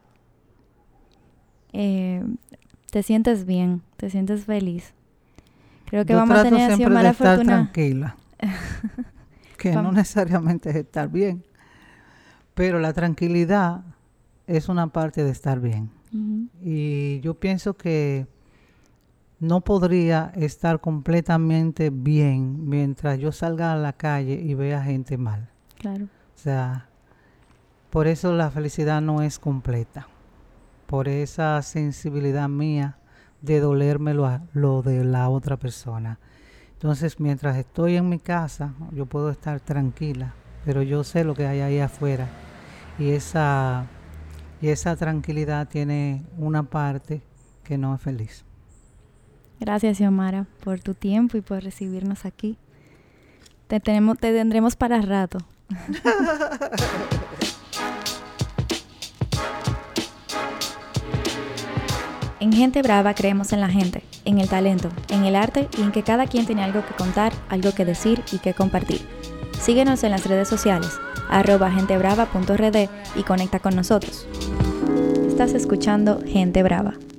eh, ¿Te sientes bien? ¿Te sientes feliz? Creo que Yo vamos a tener así mala de estar fortuna. Tranquila, que no necesariamente es estar bien, pero la tranquilidad es una parte de estar bien. Uh-huh. Y yo pienso que no podría estar completamente bien mientras yo salga a la calle y vea gente mal. Claro. O sea, por eso la felicidad no es completa, por esa sensibilidad mía de dolerme lo, lo de la otra persona. Entonces, mientras estoy en mi casa, yo puedo estar tranquila, pero yo sé lo que hay ahí afuera. Y esa, y esa tranquilidad tiene una parte que no es feliz. Gracias, Xiomara, por tu tiempo y por recibirnos aquí. Te, tenemos, te tendremos para rato. En Gente Brava creemos en la gente, en el talento, en el arte y en que cada quien tiene algo que contar, algo que decir y que compartir. Síguenos en las redes sociales, arroba gentebrava punto rd y conecta con nosotros. Estás escuchando Gente Brava.